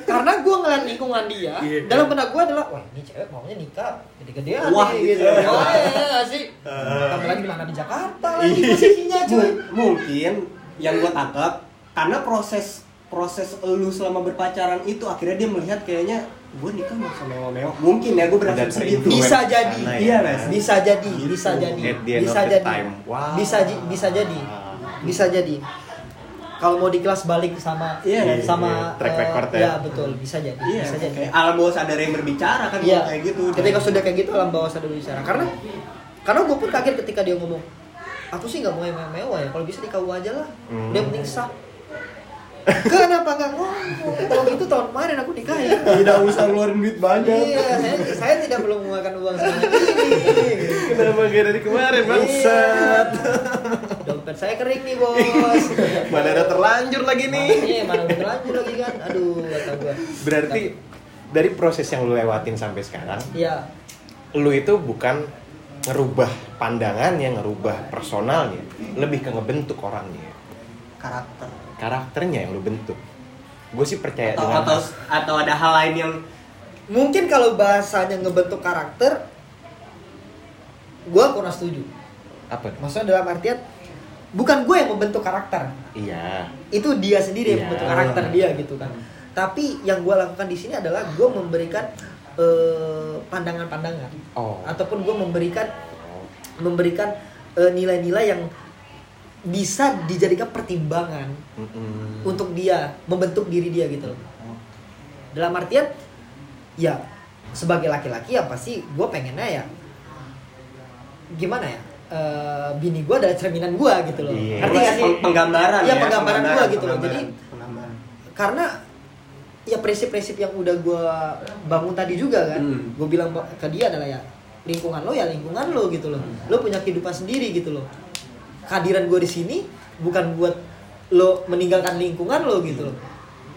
karena gue ngeliat lingkungan dia, Iya. dalam benak gue adalah, wah ini cewek maunya nikah gede-gedean Wah, nih, gitu. gitu. Wah, ya nggak sih? Tambah lagi di mana, di Jakarta lagi posisinya cuy. M- mungkin yang gue tangkap karena proses proses lu selama berpacaran itu akhirnya dia melihat kayaknya gue nikah mau sama mewah-mewah. Mungkin ya gue berasumsi Udah segitu. terinfluence Bisa jadi. sana ya. Iya, Mas. Bisa jadi, Gitu. bisa jadi, At the end bisa of the jadi, time. Wow. bisa ji- bisa jadi, bisa jadi. Kalau mau di kelas balik sama Iya, sama iya. Track eh, record ya. ya betul, bisa jadi, Iya, bisa jadi. kayak alam bawah sadar yang berbicara kan Iya, kalau kayak gitu. ketika sudah kayak gitu alam bawah sadar berbicara. Karena karena gue pun kaget ketika dia ngomong, aku sih nggak mau yang mewah ya, kalau bisa di K U aja lah, Hmm. dia penting sah. Kenapa nggak ngomong? Kalau gitu tahun kemarin aku nikahin. Tidak usah ngeluarin duit banyak. Iya, saya, saya tidak perlu mengeluarkan uang sebanyak ini. Kenapa gak dari kemarin bangsat? Dompet saya kering nih bos. Mana ada terlanjur lagi nih. Iya, mana udah terlanjur lagi kan. Aduh, kata gua. Berarti dari proses yang lu lewatin sampai sekarang, Iya, lu itu bukan ngerubah pandangannya, ngerubah personalnya, lebih ke ngebentuk orangnya, Karakter. karakternya yang lu bentuk. Gue sih percaya Atau, dengan atau atau ada hal lain yang mungkin kalau bahasanya ngebentuk karakter, gua kurang setuju. apa? Maksudnya dalam artian bukan gue yang membentuk karakter, Iya. itu dia sendiri yang Iya. membentuk karakter dia gitu kan. Tapi yang gue lakukan di sini adalah gue memberikan eh, pandangan-pandangan, Oh. ataupun gue memberikan memberikan eh, nilai-nilai yang bisa dijadikan pertimbangan Mm-mm. untuk dia membentuk diri dia gitu loh. Dalam artian ya sebagai laki-laki ya pasti gue pengennya ya gimana ya, eh, bini gue adalah cerminan gue gitu loh. Iya. Ngerti nggak sih? Peng- penggambaran Iya, ya, penggambaran gue penggambaran, gitu loh. Jadi penggambaran, penggambaran. karena ya prinsip-prinsip yang udah gue bangun tadi juga kan, Hmm. gue bilang ba- ke dia adalah ya lingkungan lo ya lingkungan lo gitu loh. Lo punya kehidupan sendiri gitu loh. Kehadiran gue di sini bukan buat lo meninggalkan lingkungan lo gitu loh.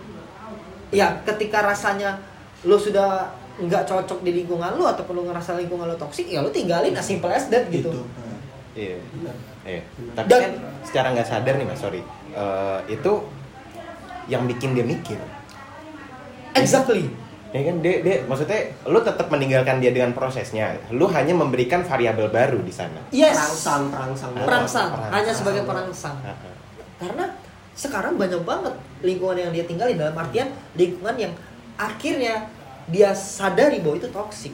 Ya ketika rasanya lo sudah nggak cocok di lingkungan lo ataupun lo ngerasa lingkungan lo toksik, ya lo tinggalin, as simple as that gitu. Gitu. Iya. Benar. Iya. Tapi Dan- kan secara nggak sadar nih mas, sorry, Eh, itu yang bikin dia mikir. Exactly. Ya kan dia, dia maksudnya lu tetap meninggalkan dia dengan prosesnya. Lu hanya memberikan variabel baru di sana. Yes. Perangsang, perangsang. Perangsang, Perangsang. hanya sebagai perangsang. Heeh. Karena sekarang banyak banget lingkungan yang dia tinggalin, dalam artian lingkungan yang akhirnya dia sadari bahwa itu toksik.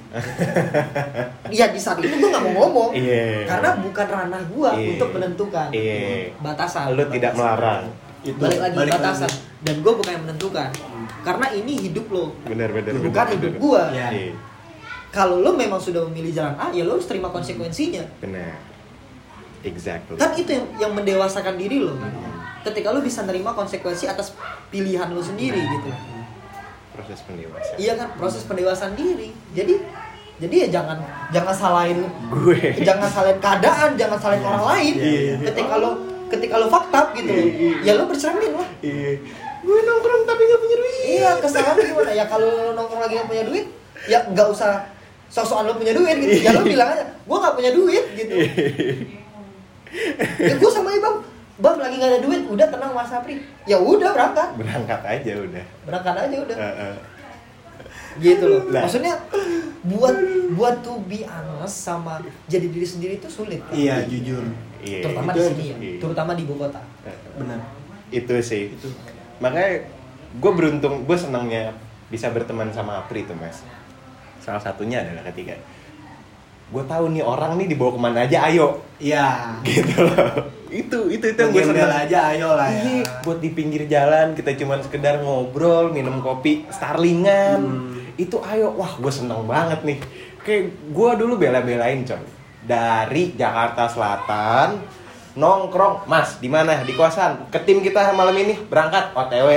Ya di saat itu gue nggak mau ngomong, Iya. karena bukan ranah gue Iya. untuk menentukan Iya. batasan. Lu tidak melarang. Itu Balik lagi balik batasan. lagi. Dan gue bukan yang menentukan, karena ini hidup lo, Benar benar. bukan benar, hidup benar. gue. Iya. Iya. Kalau lo memang sudah memilih jalan A, ya lo harus terima konsekuensinya. Benar. Exactly. Kan itu yang, yang mendewasakan diri lo. Ketika lo bisa nerima konsekuensi atas pilihan lo sendiri gitu. Proses pendewasaan. Iya kan, proses pendewasaan diri. Jadi jadi ya jangan jangan salahin Gue. jangan salahin keadaan, jangan salahin orang lain. Iya. Ketika lo ketika lo fucked up gitu, ya lo bercermin lah. Iya. Gue nongkrong tapi gak punya duit. Iya, kesalahan lo gimana? Ya kalau lo nongkrong lagi gak punya duit, ya nggak usah sok-sokan lo punya duit gitu. Ya lo bilang aja, gue nggak punya duit gitu. Ya gue sama Ibam, Bang lagi gak ada duit, udah tenang Mas Sapri. Ya udah berangkat, Berangkat aja udah. berangkat aja udah. Heeh. Gitu loh. Lah. Maksudnya buat buat to be honest sama jadi diri sendiri itu sulit. Kan? Iya, jujur. Iya. Terutama Itu di sini ya, iya. terutama di ibu kota. Benar. Itu sih. Itu. Makanya gue beruntung, gue senangnya bisa berteman sama Apri tuh mas. Salah satunya adalah ketika gue tahu nih orang nih dibawa kemana aja, ayo. Iya. Gitu loh. Itu itu itu yang gue Gembel senang. aja, ayo lah ya. Iya, buat di pinggir jalan kita cuman sekedar ngobrol, minum kopi, starlingan. Hmm. Itu ayo, wah gue seneng banget nih. Kayak gue dulu bela-belain coy. Dari Jakarta Selatan nongkrong, Mas, di mana? Di kosan. Ke tim kita malam ini berangkat O T W.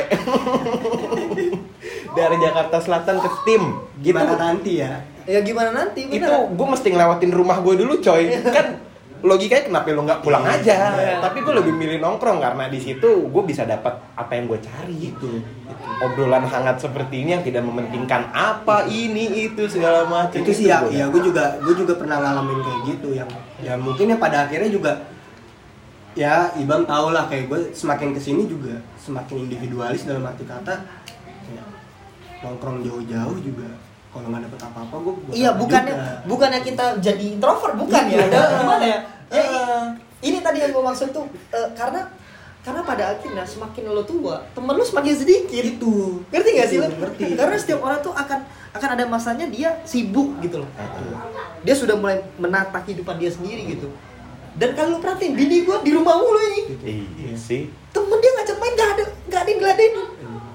Dari Jakarta Selatan ke tim. Gitu. Gimana nanti ya? Ya gimana nanti? Itu Bener. gue mesti ngelewatin rumah gue dulu coy. Kan logikanya kenapa lo nggak pulang aja? Iya. Tapi gue lebih milih nongkrong karena di situ gue bisa dapat apa yang gue cari. Itu. Obrolan hangat seperti ini yang tidak mementingkan apa ini itu segala macam. Itu sih ya, gua ya dapat. gue juga gue juga pernah ngalamin kayak gitu yang ya mungkin ya pada akhirnya juga ya Ibam tau lah kayak gue semakin kesini juga semakin individualis dalam arti kata ya, nongkrong jauh-jauh juga kalau nggak dapet apa-apa gue Iya, bukannya bukannya kita jadi introvert, bukan ya? Iya. Gimana ya? Ya, Uh. ini tadi yang gue maksud tuh uh, karena karena pada akhirnya semakin lo tua, temen lo semakin sedikit. itu Ngerti gak sih lo? ngerti Karena setiap orang tuh akan akan ada masanya dia sibuk gitu loh. Dia sudah mulai menata kehidupan dia sendiri gitu. Dan kalau lo perhatiin, bini gue di rumah mulu ini. Iya sih. Temen dia ngajak main gak ada, gak ada yang ngeladenin.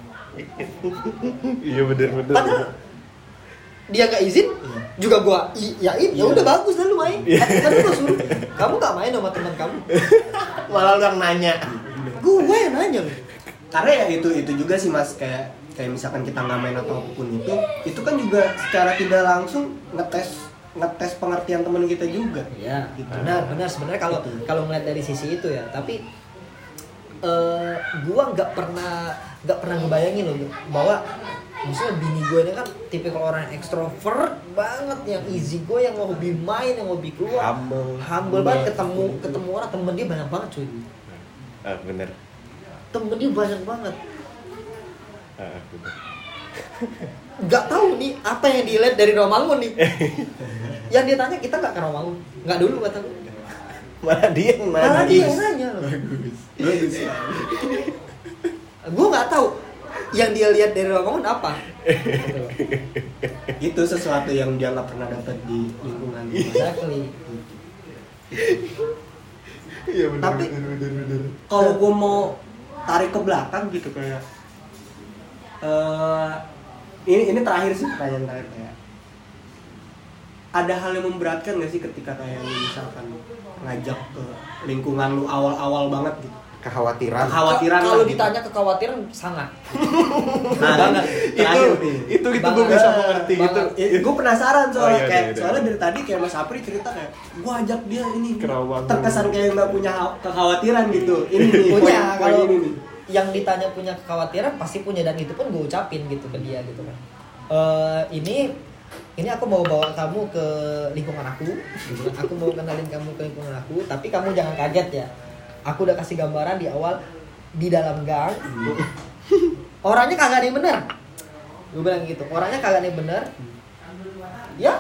Iya bener-bener. Padahal dia gak izin, juga gua iyain, ya udah bagus lah lu main. Kan gua suruh, kamu gak main sama teman kamu. Malah lu yang nanya. Gua yang nanya loh. karena ya itu itu juga sih mas, kayak kayak misalkan kita nggak main atau apapun itu itu kan juga secara tidak langsung ngetes ngetes pengertian teman kita juga. Iya, Gitu. benar, benar sebenarnya kalau Gitu. kalau ngeliat dari sisi itu ya, tapi eh gua nggak pernah nggak pernah ngebayangin loh bahwa maksudnya bini gue ini kan tipikal orang yang ekstrovert banget, yang easy go, yang hobi main, yang hobi keluar, Humble. humble banget, ketemu ketemu orang, temen dia banyak banget cuy, Ah, bener. temen dia banyak banget. Ah, bener. Nggak tahu nih apa yang dilihat dari Romangun nih. Yang dia tanya, kita nggak ke Romangun, nggak dulu kata gue. Malah dia yang nanya. Malah dia yang nanya loh. Bagus. Gue nggak tahu yang dia lihat dari Romangun apa. Itu sesuatu yang dia nggak pernah dapat di lingkungan. Exactly. Iya bener. Tapi bener, bener, bener. Kalau gue mau tarik ke belakang gitu kayak eh ini ini terakhir sih, pertanyaan terakhir kayak ada hal yang memberatkan nggak sih ketika kayak lu misalkan ngajak ke lingkungan lu awal-awal banget gitu, Kekhawatiran. kekhawatiran Kalau lah gitu. ditanya kekhawatiran sangat. Nah, banget. itu Terakhir nih. itu itu gue Banget. bisa mengerti gitu. Gue penasaran soalnya Oh, iya, kayak iya, iya. soalnya dari tadi kayak Mas Apri cerita kayak gue ajak dia ini Kerawang. terkesan kayak nggak punya ha- kekhawatiran gitu. Ini nih Punya, poin- poin kalau ini nih. yang ditanya punya kekhawatiran pasti punya, dan itu pun gue ucapin gitu ke dia gitu kan. Eh ini ini aku mau bawa kamu ke lingkungan aku, gitu kan. Aku mau kenalin kamu ke lingkungan aku, tapi kamu jangan kaget ya. Aku udah kasih gambaran di awal di dalam gang. Orangnya kagak ada yang bener. Gue bilang gitu. Orangnya kagak ada yang bener. Ya,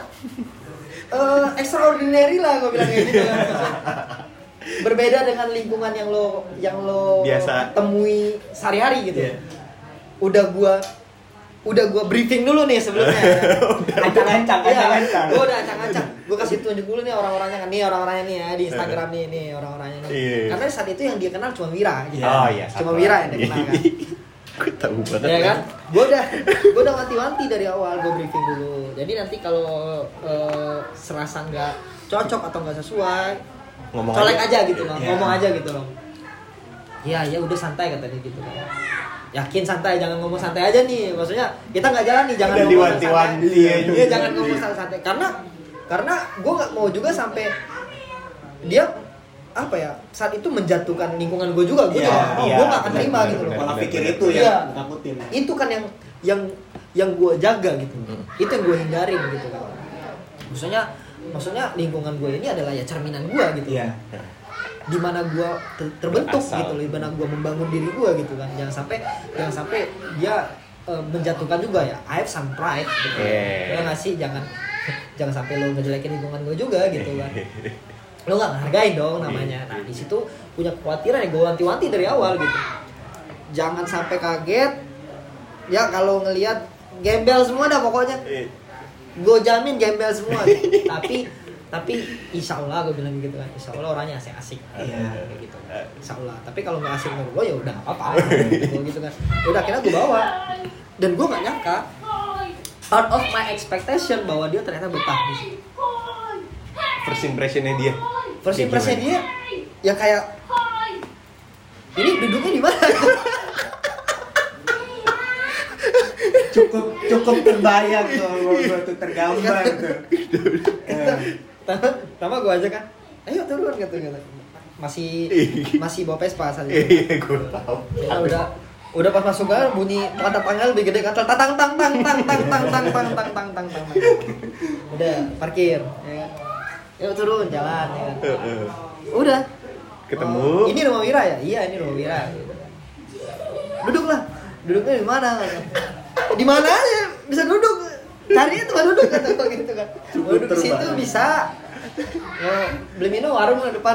eh extraordinary lah gue bilang kayak gitu kan. Berbeda dengan lingkungan yang lo yang lo Biasa. temui sehari-hari gitu. Iya. Udah gua udah gua briefing dulu nih sebelumnya. Ancang-ancang, Iya, ancang-ancang. gua udah ancang-ancang. Gua kasih tunjuk dulu nih orang-orangnya kan, nih orang-orangnya nih ya di Instagram nih, nih orang-orangnya nih. Iya. Karena saat itu yang dia kenal cuma Wira gitu. Oh iya. Cuma Wira yang dia kenal kan. Gue tahu banget. Ya kan? Gua udah gua udah wanti-wanti dari awal, gua briefing dulu. Jadi nanti kalau eh, serasa nggak cocok atau nggak sesuai, Ngomong colek aja. aja gitu loh, Iya. ngomong aja gitu loh. Ya ya udah santai katanya gitu kan. Yakin santai, jangan ngomong santai aja nih. Maksudnya kita nggak jalan nih, jangan Udah ngomong diwanti-wanti santai. ya. Iya, jangan ngomong santai karena karena gue nggak mau juga sampai dia apa ya saat itu menjatuhkan lingkungan gue juga. Gue Iya, juga oh, iya, gue nggak akan benar, terima benar, gitu loh. benar. Pola pikir itu Iya. ya takutin. Itu kan yang yang yang gue jaga gitu. Hmm. Itu yang gue hindarin gitu kan. Maksudnya maksudnya lingkungan gue ini adalah ya cerminan gue gitu. Iya. Di mana gue ter- terbentuk Berasal. gitu loh, di mana gue membangun diri gue gitu kan. Jangan sampai jangan sampai dia eh, menjatuhkan juga ya. I have some pride gitu. Yeah. Ya nggak sih, jangan jangan sampai lo ngejelekin lingkungan gue juga gitu kan. Lo nggak ngehargain dong namanya. Nah di situ punya kekhawatiran ya gue wanti-wanti dari awal gitu. Jangan sampai kaget ya kalau ngelihat gembel semua dah pokoknya. Gue jamin gembel semua gitu. tapi tapi insya Allah gue bilang gitu kan, insya Allah orangnya asik-asik. Iya. Kayak gitu. Insya Allah. Tapi kalau nggak asik menurut lo ya udah nggak apa-apa. Gitu, gitu kan. Ya udah akhirnya gue bawa. Dan gue nggak nyangka out of my expectation bahwa dia ternyata betah di situ. First impressionnya dia. First Kayak impression gimana? dia ya kayak ini duduknya di mana? Cukup cukup terbayang tuh, gue tuh tergambar tuh. Eh, Pertama gue aja kan, ayo turun gitu gitu. Masih masih bawa Vespa saat itu. Iya, gue tahu. Ya udah udah pas masuk kan bunyi tanda tangan lebih gede kan tang tang tang tang tang tang tang tang tang tang tang tang tang. Udah parkir ya kan. Yuk turun jalan ya kan. Udah Ketemu. Oh, ini rumah Wira ya? Iya, ini rumah Wira gitu. Duduklah. Duduknya di mana? di mana aja bisa duduk. Cari tempat duduk kata gue gitu kan. Mau duduk di situ bisa. Mau beli minum warung di depan.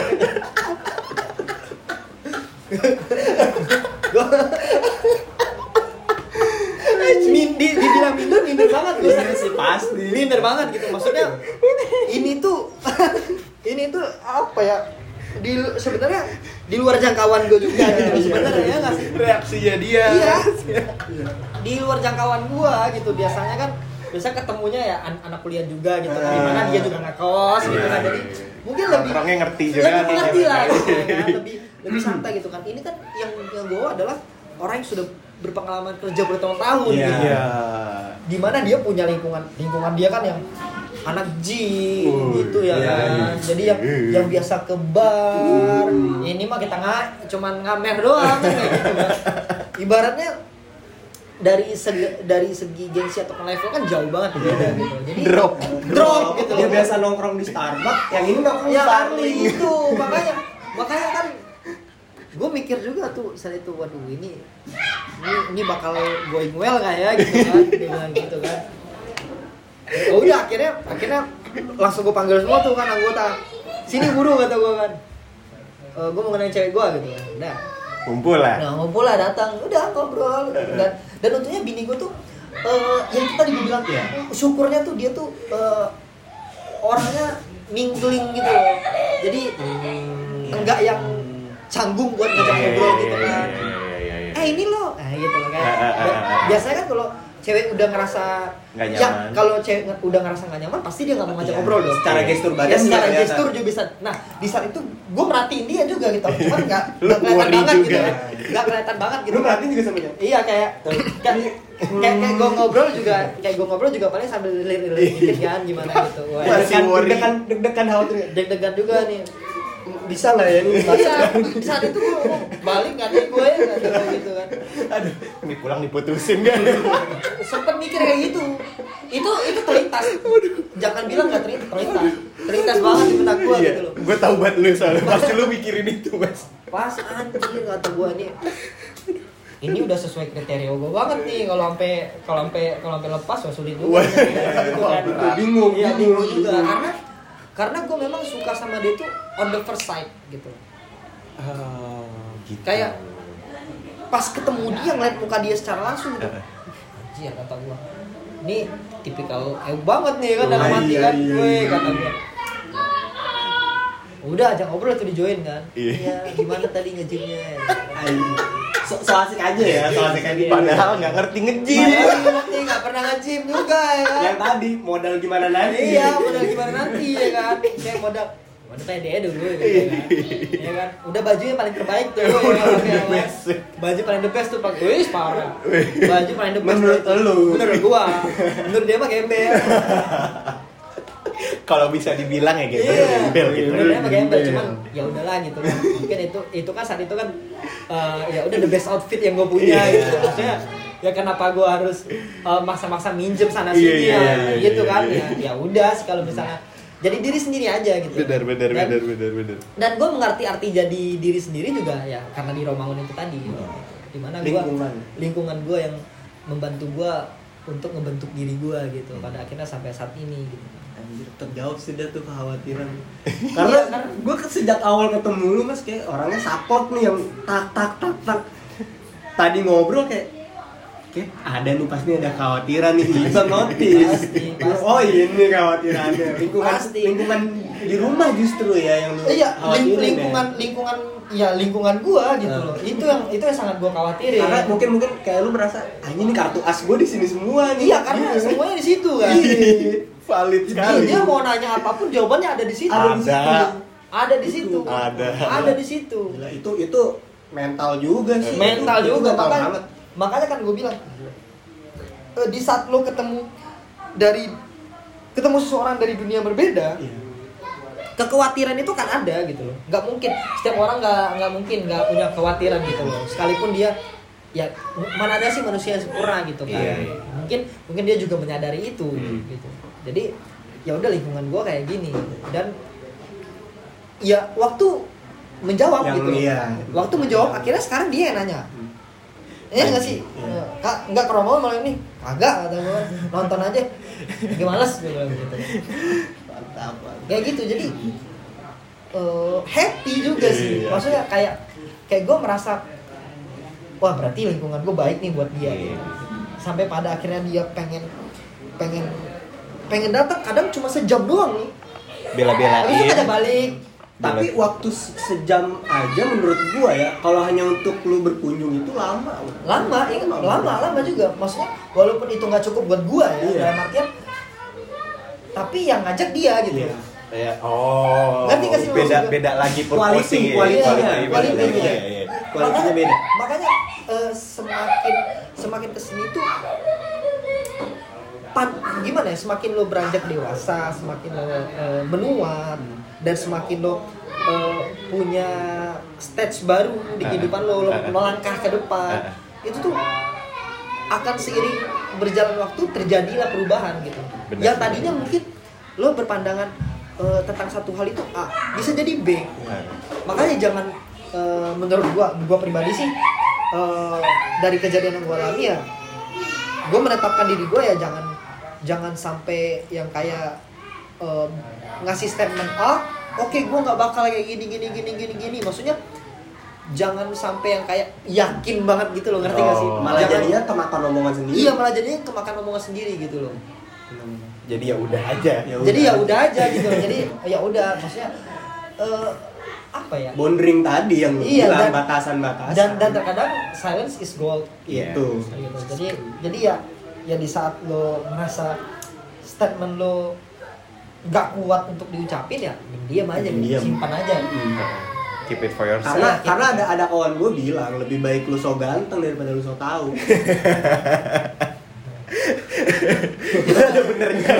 Min, di, dibilang minder, minder banget gue sih pasti. Minder banget gitu, maksudnya ini tuh, ini tuh apa ya? Di sebenarnya di luar jangkauan gue juga gitu sebenarnya ya nggak sih? Reaksinya dia. Iya. Di luar jangkauan gue gitu, biasanya kan biasa ketemunya ya an- anak kuliah juga gitu kan, dimana dia juga nggak kos gitu kan, jadi mungkin lebih orangnya ngerti juga, lebih mengerti lah gitu kan, lebih lebih santai gitu kan. Ini kan yang yang gue adalah orang yang sudah berpengalaman kerja bertahun-tahun Iya. gitu. Iya. Dimana dia punya lingkungan lingkungan dia kan yang anak gym Uh, gitu ya iya, kan. iya. Jadi yang yang biasa ke bar, ini mah kita nggak cuman ngamer doang kayak gitu kan. Ibaratnya dari segi dari segi gengsi atau level kan jauh banget beda gitu. Jadi Drop. drop gitu Dia loh. biasa nongkrong di Starbucks, yang ini nongkrong di Ya Starling. itu makanya makanya kan gue mikir juga tuh saat itu, waduh ini ini ini bakal going well nggak ya gitu kan, dia bilang gitu kan. Oh udah akhirnya akhirnya langsung gue panggil semua tuh kan anggota, sini buru kata gue kan, e, gue mau ngenalin cewek gue gitu kan. Udah Kumpul lah. nah ngumpul lah, datang udah ngobrol dan dan untungnya bini gue tuh uh, yang kita juga bilang Iya. syukurnya tuh dia tuh uh, orangnya mingling gitu loh, jadi enggak yang canggung buat ngajak ngobrol gitu kan. Eh ini loh, eh gitu loh kan. Biasanya kan kalau cewek udah ngerasa Nggak ya nyaman. kalau cewek nge- udah ngerasa nggak nyaman pasti dia nggak mau ngajak Iya. ngobrol dong. Secara gestur badan ya, secara juga gestur kelihatan. juga bisa. Nah di saat itu gue merhatiin dia juga gitu, cuman nggak Lu nggak kelihatan worry banget juga. gitu kan, nggak kelihatan banget gitu. Lu kan. perhatiin juga sama dia? Iya kayak kayak kayak, kayak gue ngobrol juga kayak gue ngobrol juga paling sambil lirik-lirik dikit kan gimana gitu. Wah, Masih Deg-degan, worry. deg-degan, deg-degan khawatir. deg-degan juga nih. Bisa nggak ya nih? Iya, di saat itu gue ngomong balik kan nih gue ya kan gitu kan. Aduh, ini pulang diputusin kan. Sempet mikir kayak gitu. Itu itu terlintas. Jangan bilang nggak terlintas, terlintas. Terlintas banget di benak gue gitu loh. Gue tahu banget lu soalnya. Pasti lu mikirin itu, Mas. Pas anjir kata gue nih. Ini udah sesuai kriteria gue banget nih, kalau sampai kalau sampai kalau sampai lepas wah sulit juga. Wah, gitu kan. bingung, Iya, bingung, bingung juga bingung. karena karena gue memang suka sama dia tuh on the first sight gitu. Oh, gitu. Kayak pas ketemu dia ngeliat muka dia secara langsung gitu. Anjir kata gua. Ini tipikal eh banget nih kan dalam Oh, hati iya, kan. iya, Gue iya. kata gua. Udah ajak ngobrol tuh di join kan. Iya. Iya, gimana tadi nge-gymnya? So, so asik aja ya, so asik aja. Padahal nggak ngerti nge-gym. Padahal ngerti enggak pernah nge-gym juga ya kan. Yang tadi modal gimana nanti? Iya, modal gimana nanti ya kan. Kayak modal modal P D dulu gitu kan. Ya kan. Udah bajunya paling terbaik tuh. Udah ya, the kan? best. Baju paling the best tuh pakai. Wih, parah. Baju paling the best. Menurut tuh. elu. Menurut gua. Menurut dia mah gembel. Kalau bisa dibilang ya gitu, Iya. gembel gitu. Menurut dia mah gembel, Gembel. cuman ya udahlah gitu kan. Mungkin itu itu kan saat itu kan eh, ya udah the best outfit yang gua punya Iya. gitu. Maksudnya ya kenapa gua harus eh, maksa-maksa minjem sana Iya, sini iya, ya iya, gitu iya, kan. iya. Ya ya udah sih kalau misalnya jadi diri sendiri aja gitu. Benar, benar, Dan- benar, benar, benar. Dan gue mengerti arti jadi diri sendiri juga ya karena di Romangun itu tadi, gitu. Dimana gue Lingkungan. lingkungan gue yang membantu gue untuk ngebentuk diri gue gitu. Pada akhirnya sampai saat ini gitu. Anjir, terjawab sudah tuh kekhawatiran. Karena Iya, gue sejak awal ketemu lu Mas kayak orangnya support nih yang tak tak tak tak. Tadi ngobrol kayak kayak ada nih pasti ada kekhawatiran nih, Ibang notice. Pasti, pasti. Oh ini kekhawatirannya. Lingkungan Pasti. lingkungan di rumah justru ya yang lu Iya, ling- khawatirin ya. lingkungan lingkungan ya lingkungan gue gitu Hmm. loh. Itu yang itu yang sangat gue khawatirin. Karena mungkin mungkin kayak lu merasa ah ini nih kartu as gue di sini semua nih. Iya, karena Gitu. semuanya di situ kan. Iya. Valid Dia, sekali. dia mau nanya apapun jawabannya ada di situ. Ada. di situ. Ada di situ. Ada. Ada di situ. Gila, itu itu mental juga sih. Mental Itu- itu juga mental makanya, banget. makanya kan gue bilang eh, di saat lo ketemu dari ketemu seseorang dari dunia berbeda, Iya. kekhawatiran itu kan ada gitu loh. Nggak mungkin setiap orang nggak nggak mungkin nggak punya kekhawatiran gitu loh. Sekalipun dia ya mana ada sih manusia yang sempurna gitu kan. Iya, iya. Mungkin mungkin dia juga menyadari itu Hmm. gitu. Jadi ya udah lingkungan gue kayak gini dan ya waktu menjawab Yang gitu. iya. Waktu menjawab akhirnya sekarang dia yang nanya. Iya nggak sih? Iya. Kak, nggak ke Romo malam ini? Kagak, kata gue. Nonton aja. Gimana sih? Gue bilang gitu. Mantap. Kayak gitu, jadi uh, happy juga sih. Iya. Maksudnya kayak kayak gue merasa, wah berarti lingkungan gue baik nih buat dia. Iya. Sampai pada akhirnya dia pengen pengen pengen datang, kadang cuma sejam doang nih. Bela-belain. Habis itu kita balik. Tapi waktu se- sejam aja menurut gua ya, kalau hanya untuk lu berkunjung itu lama. Lama, ya, lama, lama juga. Maksudnya walaupun itu nggak cukup buat gua ya, Iya. dalam artian. Tapi yang ngajak dia gitu. Iya. Ya, oh. Ngerti nggak sih beda maksud gue? beda lagi Quality, purposing ya. quality, Quality, iya, beda quality, lagi. iya. Iya, iya. Kualitasnya beda. Makanya eh, semakin semakin kesini tuh pan, gimana ya, semakin lo beranjak dewasa, semakin lo eh, menua dan semakin lo eh, punya stage baru di kehidupan lo, lo melangkah ke depan, itu tuh akan seiring berjalan waktu terjadilah perubahan gitu. Benar, Yang benar. tadinya mungkin lo berpandangan eh, tentang satu hal itu A, bisa jadi B. Nah, Makanya jangan uh, menurut gua gua pribadi sih uh, dari kejadian yang gua alami ya, gua menetapkan diri gua ya jangan jangan sampai yang kayak uh, ngasih statement A, oke okay, gua nggak bakal kayak gini gini gini gini gini. Maksudnya jangan sampai yang kayak yakin banget gitu loh, ngerti nggak sih? Oh. Malah Jangan- jadinya kemakan omongan sendiri. iya malah jadinya kemakan omongan sendiri gitu loh. jadi ya udah aja. Ya Jadi udah. ya udah aja gitu loh. Jadi ya udah, maksudnya uh, apa ya? Bonding tadi yang lu Iya, bilang dan- batasan-batasan. Dan dan terkadang silence is gold. Iya. Itu. Gitu. Jadi jadi ya ya di saat lo merasa statement lo nggak kuat untuk diucapin ya diam aja, Diam. simpan aja. Hmm. Keep it for yourself. Karena Iya, karena gitu. ada ada kawan gue bilang lebih baik lu so ganteng daripada lu so tahu. ada benernya.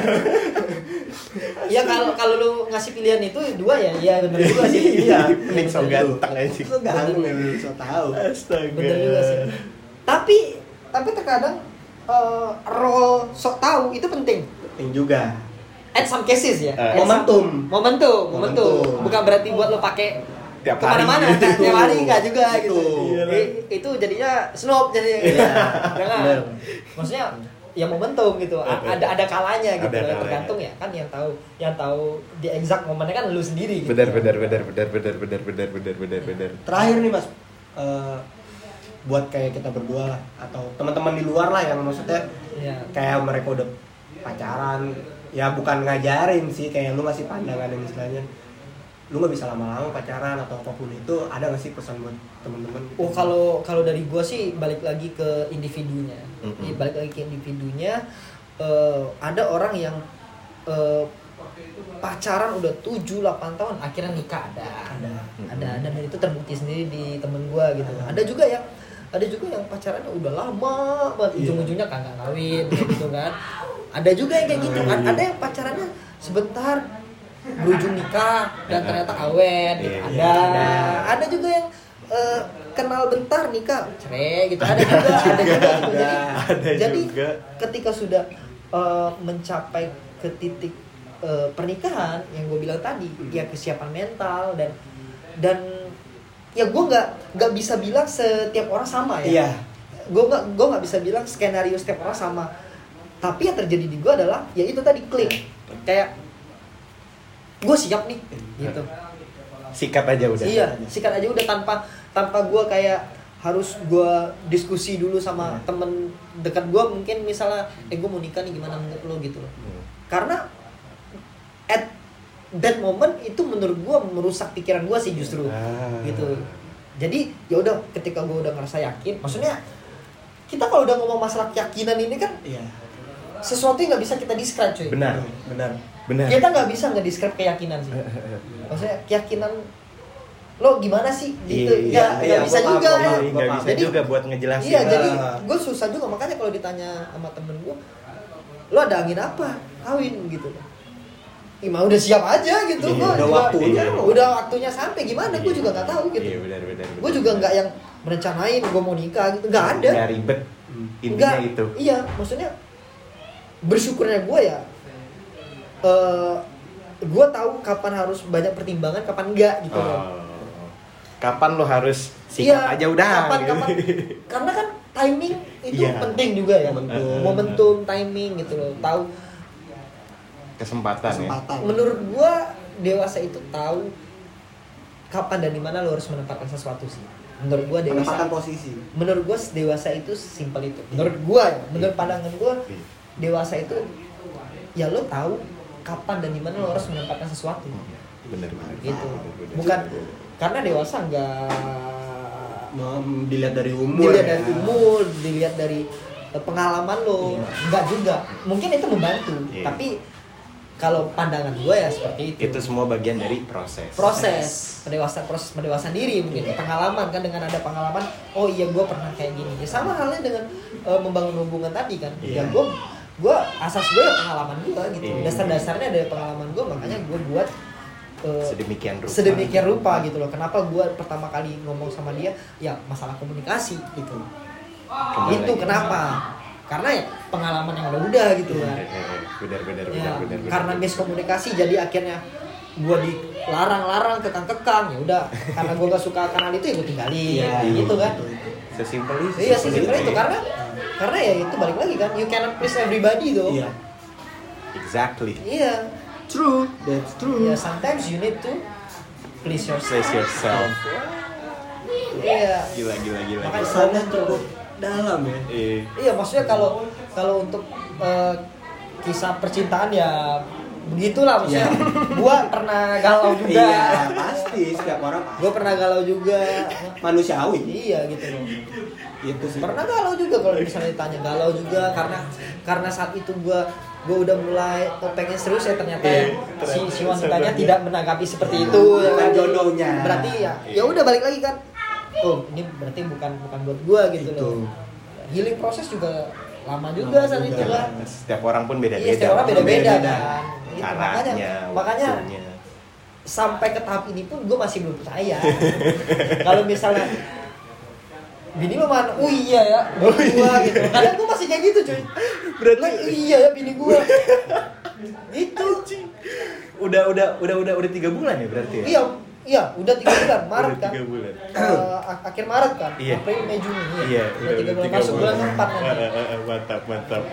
Ya kalau kalau lu ngasih pilihan itu dua ya, ya benar juga sih. Iya, Mending so bener juga. ganteng aja. So ganteng daripada lu so tahu. Astaga. Bener juga sih. Tapi tapi terkadang eh, role sok tahu itu penting. Penting juga. At some cases ya. Eh. At some- Momentum. Momentum, momentum. Momentum. Bukan berarti buat lo pakai Tiap hari kemana-mana, gitu. kan? Tiap hari enggak juga Itu. gitu. Iya. I- itu jadinya snob jadinya. Iya. Jangan. Bener. Maksudnya ya momentum gitu. A- ada ada kalanya gitu. Ada kalanya. Tergantung ya kan yang tahu yang tahu di exact momennya kan lu sendiri gitu. Benar benar benar benar benar benar benar benar benar benar. Terakhir nih Mas, eh, buat kayak kita berdua lah atau teman-teman di luar lah yang maksudnya Iya. kayak mereka udah pacaran, ya bukan ngajarin sih, kayak lu ngasih pandangan yang istilahnya lu nggak bisa lama-lama pacaran atau apapun itu, ada nggak sih pesan buat teman-teman? Oh kalau kalau dari gua sih balik lagi ke individunya. Mm-mm. Jadi balik lagi ke individunya. Eh, ada orang yang eh, pacaran udah tujuh delapan tahun akhirnya nikah, ada. Ada. Ada dan itu terbukti sendiri di temen gua gitu. Ada juga yang ada juga yang pacarannya udah lama banget, Iya. ujung-ujungnya kagak kawin gitu kan. Ada juga yang kayak gitu. A- Ada yang pacarannya sebentar berujung nikah dan ternyata awet gitu. Iya, Ada. ada. Ada juga yang eh, kenal bentar nikah cerai gitu. Ada juga, ada juga gitu. Jadi, Ada jadi juga. ketika sudah eh, mencapai ke titik eh, pernikahan yang gue bilang tadi, ya kesiapan mental dan dan ya gue nggak nggak bisa bilang setiap orang sama ya. Iya. Gue nggak gue nggak bisa bilang skenario setiap orang sama. Tapi yang terjadi di gue adalah ya itu tadi klik, kayak gue siap nih gitu. Sikat aja udah. Iya, sikat aja udah tanpa tanpa gue kayak harus gue diskusi dulu sama temen dekat gue, mungkin misalnya eh gue mau nikah nih gimana menurut lo gitu loh. Hmm. Karena at that moment itu menurut gue merusak pikiran gue sih justru Ah. gitu. Jadi ya udah ketika gue udah ngerasa yakin, maksudnya kita kalau udah ngomong masalah keyakinan ini kan Iya. sesuatu yang nggak bisa kita describe cuy. Benar. Benar. Benar. Kita nggak bisa nge-describe keyakinan sih. Maksudnya keyakinan lo gimana sih gitu? Iya, Nggak iya, nggak bisa gua paham, juga. gua ya. paham. Nggak bisa Jadi- juga buat ngejelasin. Iya, jadi Ah. gue susah juga, makanya kalau ditanya sama temen gue, lo ada angin apa? Kawin gitu. Gimana udah siap aja gitu, Iya, gue udah juga, waktunya. udah waktunya sampai gimana? Gue juga nggak tahu gitu. Iya, benar benar. Gue juga nggak yang merencanain gue mau nikah gitu, nggak ada. Nggak ribet. Hmm. Intinya Nggak, itu. Iya, maksudnya bersyukurnya gue ya, eh gue tahu kapan harus banyak pertimbangan, kapan enggak gitu loh. Oh. Kapan lo harus Iya, sikat aja udah. Kapan, gitu. kapan? Karena kan timing itu Iya. penting juga ya. Momentum. Momentum, timing gitu loh. Tahu Kesempatan, Kesempatan. menurut gua dewasa itu tahu kapan dan di mana lo harus menempatkan sesuatu sih. Menurut gua dewasa. Penempatan posisi. Menurut gua dewasa itu simpel itu. Menurut gua ya, menurut pandangan gua ya. dewasa itu ya lo tahu kapan dan di mana lo harus menempatkan sesuatu. Bener bener. Gitu. Bener, bener. Bukan karena dewasa enggak Mem- dilihat dari umur. dilihat ya. dari umur, dilihat dari eh, pengalaman lo, Iya. enggak juga. Mungkin itu membantu, Iya. tapi kalau pandangan gue ya seperti itu. Itu semua bagian dari proses. Proses pendewasaan, proses pendewasaan diri mungkin pengalaman kan, dengan ada pengalaman. Oh iya, gue pernah kayak gini. Ya, sama halnya dengan eh, membangun hubungan tadi kan. Iya. Ya gue, gue asas gue ya pengalaman gue gitu. Iya. Dasar-dasarnya dari pengalaman gue, makanya gue buat eh, Sedemikian rupa. sedemikian rupa gitu loh. Kenapa gue pertama kali ngomong sama dia ya masalah komunikasi gitu. Kembali Itu lagi. kenapa? Karena ya pengalaman yang udah gitu kan. Bener bener bener Ya, bener. bener, karena bener. miskomunikasi jadi akhirnya gue dilarang-larang, kekang-kekang, ya udah karena gue gak suka kanal itu ya gue tinggalin. Iya, gitu kan. itu, itu. Sesimpel itu. Iya sih sesimpel itu karena karena ya itu balik lagi kan, you cannot please everybody though. Iya. Exactly. Iya. True, that's true. Ya sometimes you need to please yourself. Place yourself. Iya. Gila gila gila. Makanya- Pesannya cukup dalam ya. Eh, Iya, maksudnya kalau kalau untuk eh, kisah percintaan ya begitulah maksudnya. Iya. Gua pernah galau juga. Iya, pasti setiap orang Gua pernah galau juga. manusiawi. Iya gitu loh. Itu sih. Pernah galau juga kalau misalnya ditanya, galau juga karena karena saat itu gua gua udah mulai oh, pengen serius ya, ternyata Iya, si si ternyata wanitanya sadar. tidak menanggapi seperti itu ya Bukan kan. jodohnya. Berarti ya ya udah balik lagi kan. Oh, ini berarti bukan bukan buat gua gitu Itu. loh. Healing proses juga lama juga Lama saat juga. itu kan. Setiap orang pun beda-beda. Iya, setiap orang beda-beda Beda-beda. kan. Gitu, Caranya, makanya makanya waktunya. sampai ke tahap ini pun gue masih belum percaya. Kalau misalnya bini lo mana? Oh iya ya, bini gua gitu. Kadang gue masih kayak gitu cuy. Berarti- Lah, iya ya bini gua. Itu. Udah udah udah udah udah tiga bulan ya berarti ya. Iya, iya udah tiga bulan Maret Udah kan. tiga bulan. Eh, ak- akhir Maret kan. Iya. April, Mei, Juni. Iya, udah tiga bulan masuk bulan keempat nanti. Eh, eh, eh, Mantap mantap.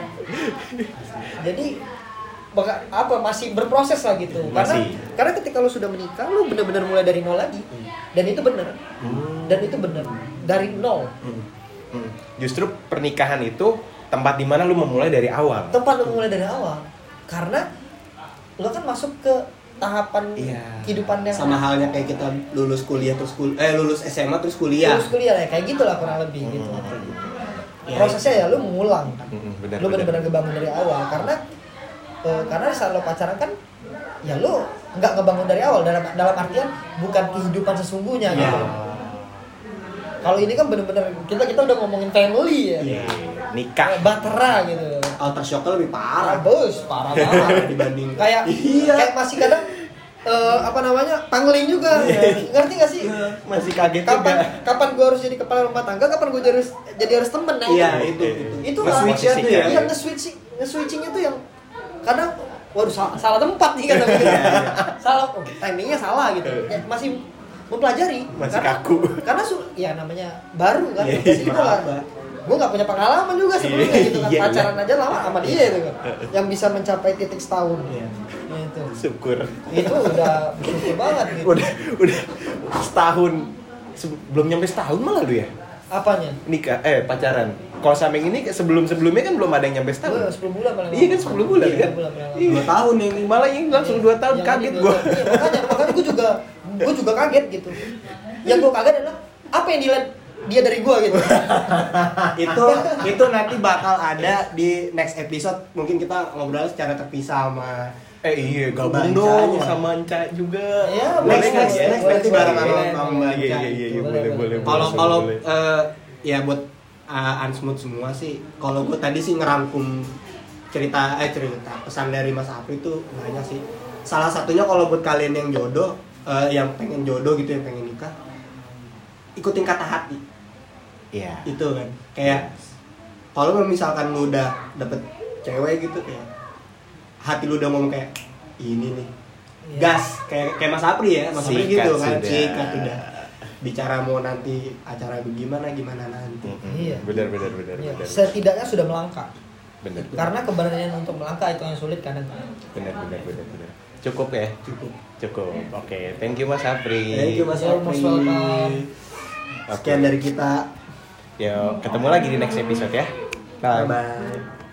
Jadi baka, apa masih berproses lah gitu. Karena Masih. karena ketika lu sudah menikah lu benar-benar mulai dari nol lagi. Dan itu benar. Hmm. Dan itu benar. Dari nol. Hmm. Hmm. Justru pernikahan itu tempat di mana lu memulai dari awal. Tempat lu mulai dari awal. Karena lu kan masuk ke tahapan Iya. kehidupan yang Sama halnya kayak kita lulus kuliah terus kul eh lulus S M A terus kuliah. terus kuliah ya kayak gitulah kurang lebih gitu. Ya, Prosesnya ya lu mengulang kan. Hmm, benar, Lu benar. benar-benar ngebangun dari awal karena eh, karena saat lo pacaran kan ya lu nggak ngebangun dari awal dalam dalam artian bukan kehidupan sesungguhnya Iya. gitu. Kalau ini kan benar-benar kita kita udah ngomongin family ya. Iya. Nikah. Batera gitu. Outer shock lebih Parah, parah bos, parah banget. dibanding kayak Iya. kayak masih kadang eh, apa namanya pangling juga. Ngerti gak sih? Masih kaget Kapan juga. kapan gue harus jadi kepala rumah tangga, kapan gue jadi harus jadi harus temen nah Iya, itu. itu itu. Itu Nge-switch-nya tuh ya. Iya, nge-switching, nge-switchingnya tuh yang kadang waduh salah, salah tempat nih kata gue. Salah, oh, timingnya salah gitu. Ya, masih mempelajari. Masih karena, kaku. Karena su- ya namanya baru kan. Iya, Masih itu lah. meraba. Gue gak punya pengalaman juga sebelumnya Iya, gitu kan. iya, Pacaran aja lama sama dia itu kan. Yang bisa mencapai titik setahun. Iya. Itu. Syukur. Itu udah bersyukur banget gitu. Udah udah setahun se- belum nyampe setahun malah lu ya Apanya? nikah eh pacaran. Kalau Sameng ini sebelum-sebelumnya kan belum ada yang nyampe Gue setahun. sepuluh bulan paling Iya kan sepuluh bulan Iya, kan? sepuluh bulan paling lama. Iya. Dua tahun yang Malah yang langsung dua tahun Yang kaget ini gua. dua- iya, makanya makanya gue juga gue juga kaget gitu. Yang gue kaget adalah apa yang dilihat dia dari gue gitu. itu itu nanti bakal ada di next episode. Mungkin kita ngobrol secara terpisah sama Eh iya gabung Bancanya. dong sama Anca juga. Iya, boleh next nggak next ya? next Boleh, nanti boleh, bareng sama boleh. Bang Iya Banca. iya iya iya, Boleh, boleh boleh. boleh. Kalau boleh, kalau boleh. eh, ya buat uh, unsmooth semua sih. Kalau gue tadi sih ngerangkum cerita eh cerita pesan dari Mas Afri itu banyak sih. Salah satunya kalau buat kalian yang jodoh, eh, yang pengen jodoh gitu, yang pengen nikah, ikutin kata hati. Iya. Itu kan kayak kalau misalkan lu udah dapet cewek gitu kayak hati lu udah ngomong kayak ini nih Iya. gas kayak kayak Mas Apri ya Mas Apri Sikat gitu kan sudah. sikat udah bicara mau nanti acara gimana gimana nanti. Mm-mm. Iya. Benar benar benar Iya, benar. setidaknya sudah melangkah. Benar. Karena keberanian untuk melangkah itu yang sulit kadang. Benar benar benar benar. Cukup ya? Cukup. Cukup. Oke, thank you Mas Apri. Thank you Mas Yo, Apri. most welcome. Sekian dari kita. Yo, ketemu lagi di next episode ya. Bye bye.